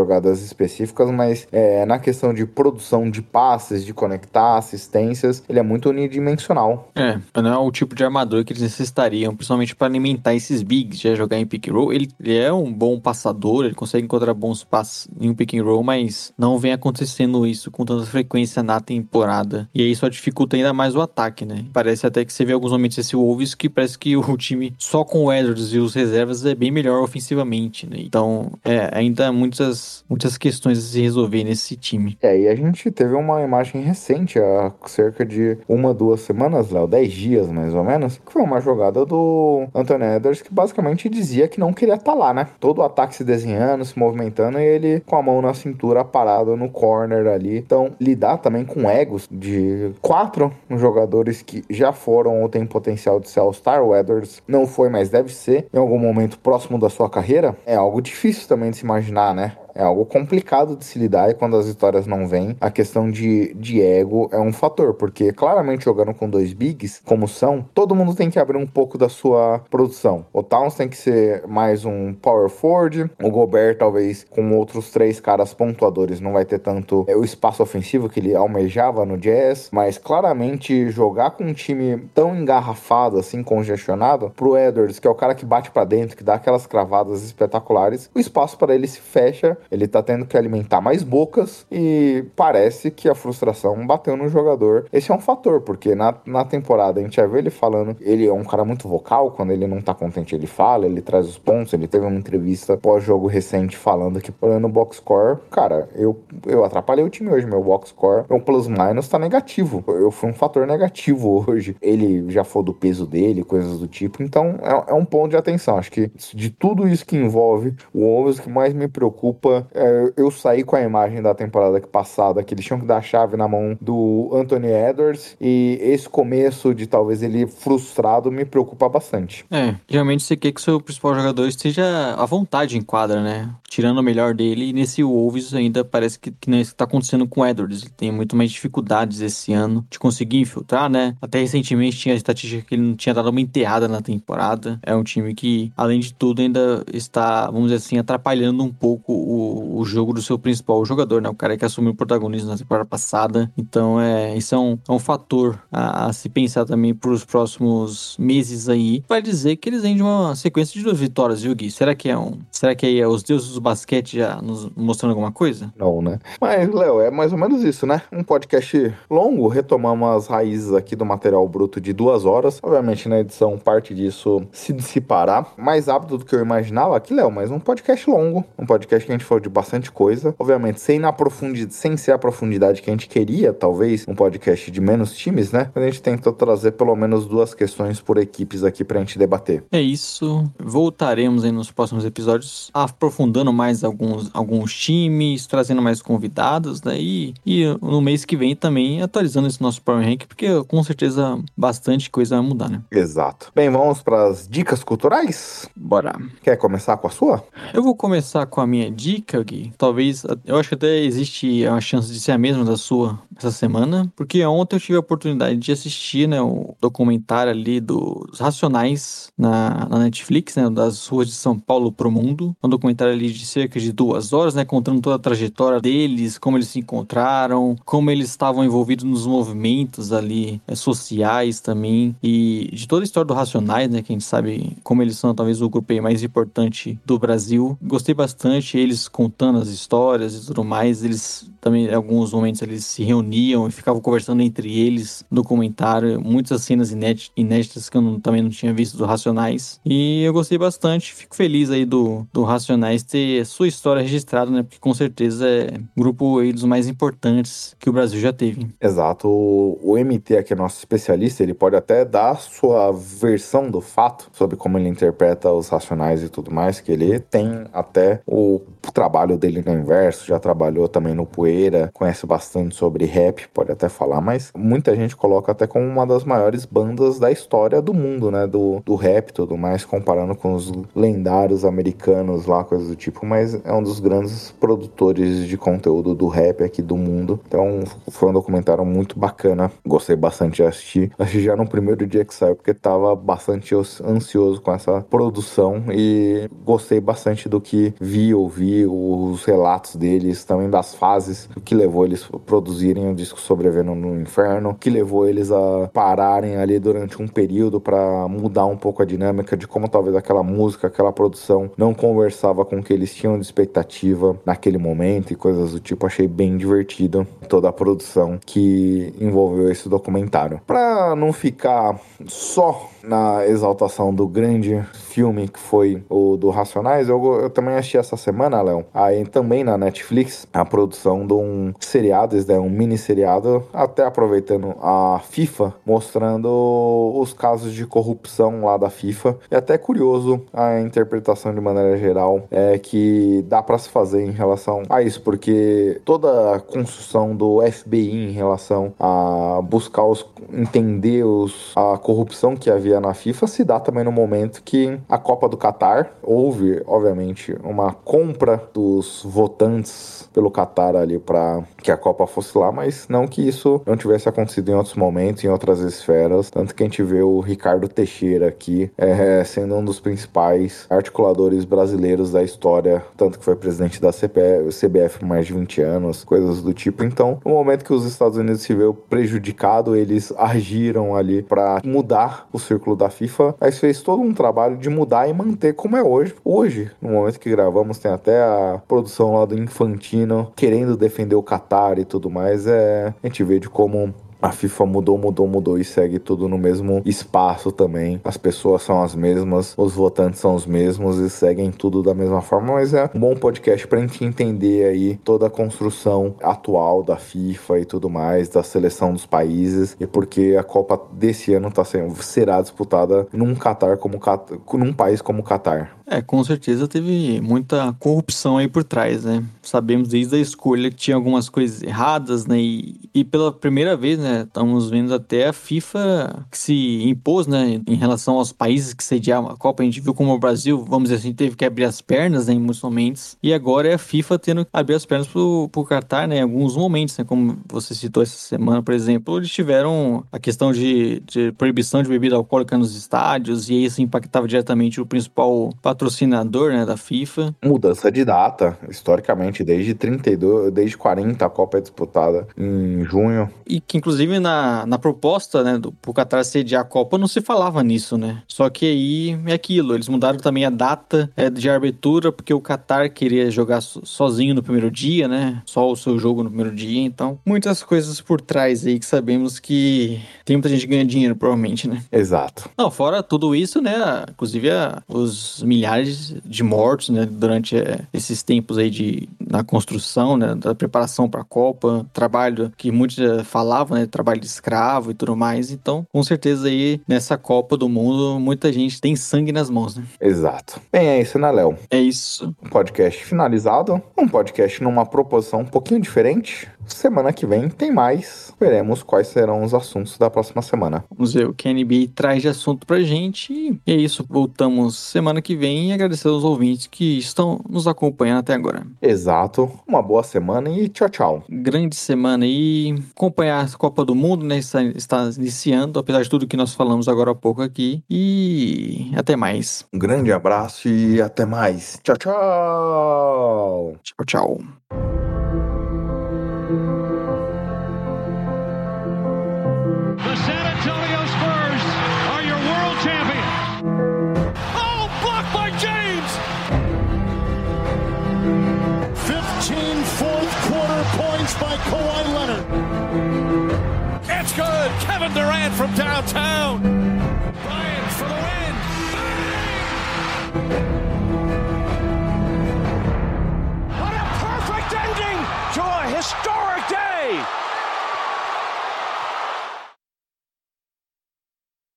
jogadas específicas, mas na questão de produção de passes, de conectar assistências, ele é muito unidimensional. Não é o tipo de armador que eles necessitariam, principalmente para alimentar esses bigs, já jogar em pick and roll. Ele é um bom passador, ele consegue encontrar bons passes em um pick and roll, mas não vem acontecendo isso com tanta frequência na temporada. E aí só dificulta ainda mais o ataque, né? Parece até que você vê alguns momentos esse Wolves que parece que o time só com o Edwards e os reservas é bem melhor ofensivamente, né? Então, ainda muitas questões a se resolver nesse time. E a gente teve uma imagem recente, há cerca de 2 semanas, Léo, 10 dias mais ou menos, que foi uma jogada do Anthony Edwards que basicamente dizia que não queria estar lá, né? Todo o ataque se desenhando, se movimentando, e ele com a mão na cintura parado no corner ali. Então, lidar também com egos de 4 jogadores que já foram ou têm potencial de ser All-Star. O Edwards não foi, mas deve ser em algum momento próximo da sua carreira. É algo difícil também de se imaginar, né? É algo complicado de se lidar, e quando as vitórias não vêm, a questão de ego é um fator, porque claramente jogando com 2 bigs, como são, todo mundo tem que abrir um pouco da sua produção. O Towns tem que ser mais um power forward, o Gobert talvez com outros 3 caras pontuadores não vai ter tanto o espaço ofensivo que ele almejava no Jazz, mas claramente jogar com um time tão engarrafado, assim, congestionado, pro Edwards, que é o cara que bate pra dentro, que dá aquelas cravadas espetaculares, o espaço para ele se fecha. Ele tá tendo que alimentar mais bocas e parece que a frustração bateu no jogador. Esse é um fator, porque na temporada a gente já vê ele falando, ele é um cara muito vocal, quando ele não tá contente ele fala, ele traz os pontos, ele teve uma entrevista pós-jogo recente falando que no box score, cara, eu atrapalhei o time hoje, meu box score, meu plus-minus tá negativo, eu fui um fator negativo hoje. Ele já foi do peso dele, coisas do tipo, então é um ponto de atenção. Acho que de tudo isso que envolve o Wolves, o que mais me preocupa eu saí com a imagem da temporada passada, que eles tinham que dar a chave na mão do Anthony Edwards, e esse começo de talvez ele frustrado me preocupa bastante. Geralmente você quer que o seu principal jogador esteja à vontade em quadra, né? Tirando o melhor dele, e nesse Wolves ainda parece que não é isso que tá acontecendo com o Edwards. Ele tem muito mais dificuldades esse ano de conseguir infiltrar, né? Até recentemente tinha a estatística que ele não tinha dado uma enterrada na temporada. É um time que, além de tudo, ainda está, vamos dizer assim, atrapalhando um pouco o jogo do seu principal jogador, né? O cara que assumiu o protagonismo na temporada passada. Então, isso é um fator a se pensar também para os próximos meses aí. Vai dizer que eles vêm de uma sequência de 2 vitórias, viu, Gui? Será que aí é os deuses do basquete já nos mostrando alguma coisa? Não, né? Mas, Léo, é mais ou menos isso, né? Um podcast longo, retomamos as raízes aqui do material bruto de 2 horas. Obviamente, na edição, parte disso se dissipará. Mais rápido do que eu imaginava aqui, Léo, mas um podcast longo. Um podcast que a gente falou de bastante coisa. Obviamente, sem ser a profundidade que a gente queria, talvez, um podcast de menos times, né? A gente tentou trazer pelo menos 2 questões por equipes aqui pra gente debater. É isso. Voltaremos aí nos próximos episódios aprofundando mais alguns times, trazendo mais convidados, né? E no mês que vem também atualizando esse nosso Power Rank, porque com certeza bastante coisa vai mudar, né? Exato. Bem, vamos pras dicas culturais? Bora. Quer começar com a sua? Eu vou começar com a minha dica, Gui. Talvez, eu acho que até existe a chance de ser a mesma da sua essa semana, porque ontem eu tive a oportunidade de assistir, né, o documentário ali dos Racionais na Netflix, né, das ruas de São Paulo pro mundo. Um documentário ali de cerca de 2 horas, né, contando toda a trajetória deles, como eles se encontraram, como eles estavam envolvidos nos movimentos ali sociais também, e de toda a história do Racionais, né, que a gente sabe como eles são talvez o grupo aí mais importante do Brasil. Gostei bastante, eles contando as histórias e tudo mais. Eles também, em alguns momentos, eles se reuniam e ficavam conversando entre eles no documentário. Muitas cenas inéditas que eu também não tinha visto do Racionais. E eu gostei bastante. Fico feliz aí do Racionais ter sua história registrada, né? Porque com certeza é um grupo aí dos mais importantes que o Brasil já teve. Exato. O MT aqui é nosso especialista, ele pode até dar sua versão do fato sobre como ele interpreta os Racionais e tudo mais, que ele tem até o trabalho dele no inverso, já trabalhou também no Poeira capoeira, conhece bastante sobre rap, pode até falar, mas muita gente coloca até como uma das maiores bandas da história do mundo, né, do rap e tudo mais, comparando com os lendários americanos lá, coisas do tipo, mas é um dos grandes produtores de conteúdo do rap aqui do mundo. Então foi um documentário muito bacana, gostei bastante de assistir. Assisti já no primeiro dia que saiu, porque tava bastante ansioso com essa produção e gostei bastante do que ouvi os relatos deles, também das fases, o que levou eles a produzirem o disco Sobrevivendo no Inferno, o que levou eles a pararem ali durante um período para mudar um pouco a dinâmica de como talvez aquela música, aquela produção não conversava com o que eles tinham de expectativa naquele momento e coisas do tipo. Achei bem divertido toda a produção que envolveu esse documentário. Para não ficar só na exaltação do grande filme que foi o do Racionais, eu também assisti essa semana, Léo, aí também na Netflix, a produção de um seriado, esse daí é um mini seriado, até aproveitando a FIFA, mostrando os casos de corrupção lá da FIFA. É até curioso a interpretação de maneira geral que dá para se fazer em relação a isso, porque toda a construção do FBI em relação a buscar entender a corrupção que havia na FIFA se dá também no momento que a Copa do Catar, houve, obviamente, uma compra dos votantes pelo Catar ali para que a Copa fosse lá, mas não que isso não tivesse acontecido em outros momentos, em outras esferas, tanto que a gente vê o Ricardo Teixeira aqui sendo um dos principais articuladores brasileiros da história, tanto que foi presidente da CBF por mais de 20 anos, coisas do tipo. Então, no momento que os Estados Unidos se viu prejudicado, eles agiram ali para mudar o círculo da FIFA, aí fez todo um trabalho de mudar e manter como é hoje. Hoje, no momento que gravamos, tem até a produção lá do Infantino querendo defender o Catar e tudo mais. A gente vê de como a FIFA mudou e segue tudo no mesmo espaço também. As pessoas são as mesmas, os votantes são os mesmos e seguem tudo da mesma forma, mas é um bom podcast pra gente entender aí toda a construção atual da FIFA e tudo mais, da seleção dos países, e porque a Copa desse ano será disputada num país como o Catar. Com certeza teve muita corrupção aí por trás, né? Sabemos desde a escolha que tinha algumas coisas erradas, né? E pela primeira vez, né? Estamos vendo até a FIFA que se impôs, né? Em relação aos países que sediavam a Copa. A gente viu como o Brasil, vamos dizer assim, teve que abrir as pernas, né, em muitos momentos. E agora é a FIFA tendo que abrir as pernas pro Qatar, né? Em alguns momentos, né? Como você citou essa semana, por exemplo, eles tiveram a questão de proibição de bebida alcoólica nos estádios, e isso impactava diretamente o principal patrocinador, né, da FIFA. Mudança de data, historicamente, desde 32, desde 40 a Copa é disputada em junho. E que, inclusive, na proposta, né, pro Qatar sediar a Copa, não se falava nisso, né? Só que aí é aquilo, eles mudaram também a data de abertura, porque o Qatar queria jogar sozinho no primeiro dia, né? Só o seu jogo no primeiro dia, então muitas coisas por trás aí que sabemos que tem muita gente que ganha dinheiro, provavelmente, né? Exato. Não, fora tudo isso, né, inclusive os milhares de mortos, né, durante esses tempos aí na construção, né, da preparação para a Copa, trabalho que muitos falavam, né, trabalho de escravo e tudo mais. Então, com certeza aí, nessa Copa do Mundo, muita gente tem sangue nas mãos, né? Exato. Bem, é isso, né, Léo? É isso. Um podcast finalizado, um podcast numa proposição um pouquinho diferente. Semana que vem tem mais. Veremos quais serão os assuntos da próxima semana. Vamos ver o que a NBA traz de assunto pra gente. E é isso, voltamos semana que vem e agradecer aos ouvintes que estão nos acompanhando até agora. Exato. Uma boa semana e tchau, tchau. Grande semana aí. Acompanhar a Copa do Mundo, né? Está iniciando, apesar de tudo que nós falamos agora há pouco aqui. E até mais. Um grande abraço e até mais. Tchau, tchau. Tchau, tchau. The San Antonio Spurs are your world champions. Oh, blocked by James! 15 fourth quarter points by Kawhi Leonard. It's good. Kevin Durant from downtown. Bryant for the win. Bang! What a perfect ending to a historic day!